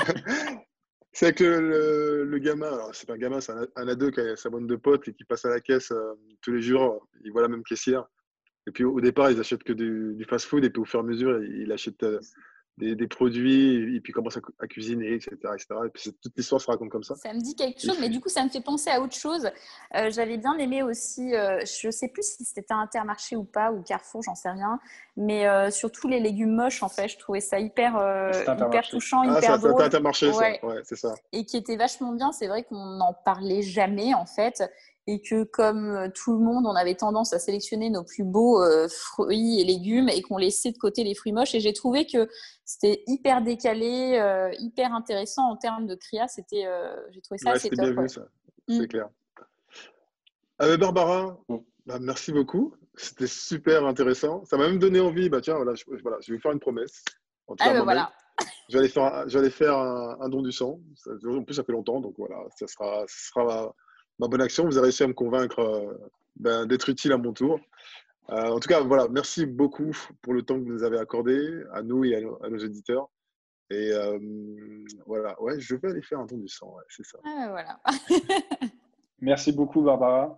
[SPEAKER 1] C'est avec le, le, le gamin, alors c'est pas un gamin, c'est un, un ado qui a sa bande de potes et qui passe à la caisse euh, tous les jours. Il voit la même caissière. Et puis au départ, ils achètent que du, du fast-food et puis au fur et à mesure, il achète euh, des, des produits et puis il commence à, à cuisiner, et cetera, et cetera. Et puis toute l'histoire se raconte comme ça.
[SPEAKER 3] Ça me dit quelque chose, mais du coup, ça me fait penser à autre chose. Euh, j'avais bien aimé aussi, euh, je ne sais plus si c'était Intermarché ou pas, ou Carrefour, j'en sais rien, mais euh, surtout les légumes moches, en fait, je trouvais ça hyper, euh, hyper touchant,
[SPEAKER 1] ah,
[SPEAKER 3] hyper
[SPEAKER 1] ça,
[SPEAKER 3] drôle.
[SPEAKER 1] Ah, c'est Intermarché,
[SPEAKER 3] ouais.
[SPEAKER 1] ça. Ouais, c'est ça.
[SPEAKER 3] Et qui était vachement bien. C'est vrai qu'on n'en parlait jamais, en fait. Et que comme tout le monde, on avait tendance à sélectionner nos plus beaux euh, fruits et légumes et qu'on laissait de côté les fruits moches. Et j'ai trouvé que c'était hyper décalé, euh, hyper intéressant en termes de créa. C'était, euh, j'ai trouvé ça
[SPEAKER 1] ouais,
[SPEAKER 3] assez top.
[SPEAKER 1] C'était bien
[SPEAKER 3] ouais.
[SPEAKER 1] vu, ça. C'est mm. clair. Euh, Barbara, mm. bah, merci beaucoup. C'était super intéressant. Ça m'a même donné envie. Bah, tiens, voilà, je, voilà, je vais vous faire une promesse. En tout cas,
[SPEAKER 3] ah ben voilà.
[SPEAKER 1] J'allais faire, j'allais faire un, un don du sang. Ça, en plus, ça fait longtemps. Donc voilà, ça sera... Ça sera ma bonne action, vous avez réussi à me convaincre euh, ben, d'être utile à mon tour. Euh, en tout cas, voilà, merci beaucoup pour le temps que vous nous avez accordé, à nous et à nos, à nos auditeurs. Et euh, voilà, ouais, je vais aller faire un don du sang, ouais, c'est ça.
[SPEAKER 3] Ah, voilà.
[SPEAKER 2] Merci beaucoup, Barbara.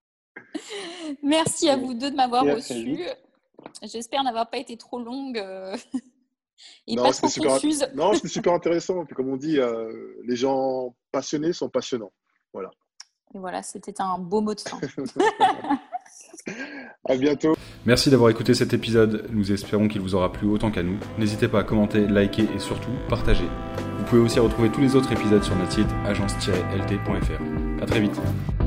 [SPEAKER 3] Merci à vous deux de m'avoir reçu. J'espère n'avoir pas été trop longue euh, et non, pas trop
[SPEAKER 1] super,
[SPEAKER 3] confuse.
[SPEAKER 1] Non, c'était super intéressant. Puis comme on dit, euh, les gens passionnés sont passionnants. Voilà.
[SPEAKER 3] Et voilà, c'était un beau mot de fin.
[SPEAKER 1] À bientôt.
[SPEAKER 4] Merci d'avoir écouté cet épisode. Nous espérons qu'il vous aura plu autant qu'à nous. N'hésitez pas à commenter, liker et surtout partager. Vous pouvez aussi retrouver tous les autres épisodes sur notre site agence tiret l t point f r. À très vite.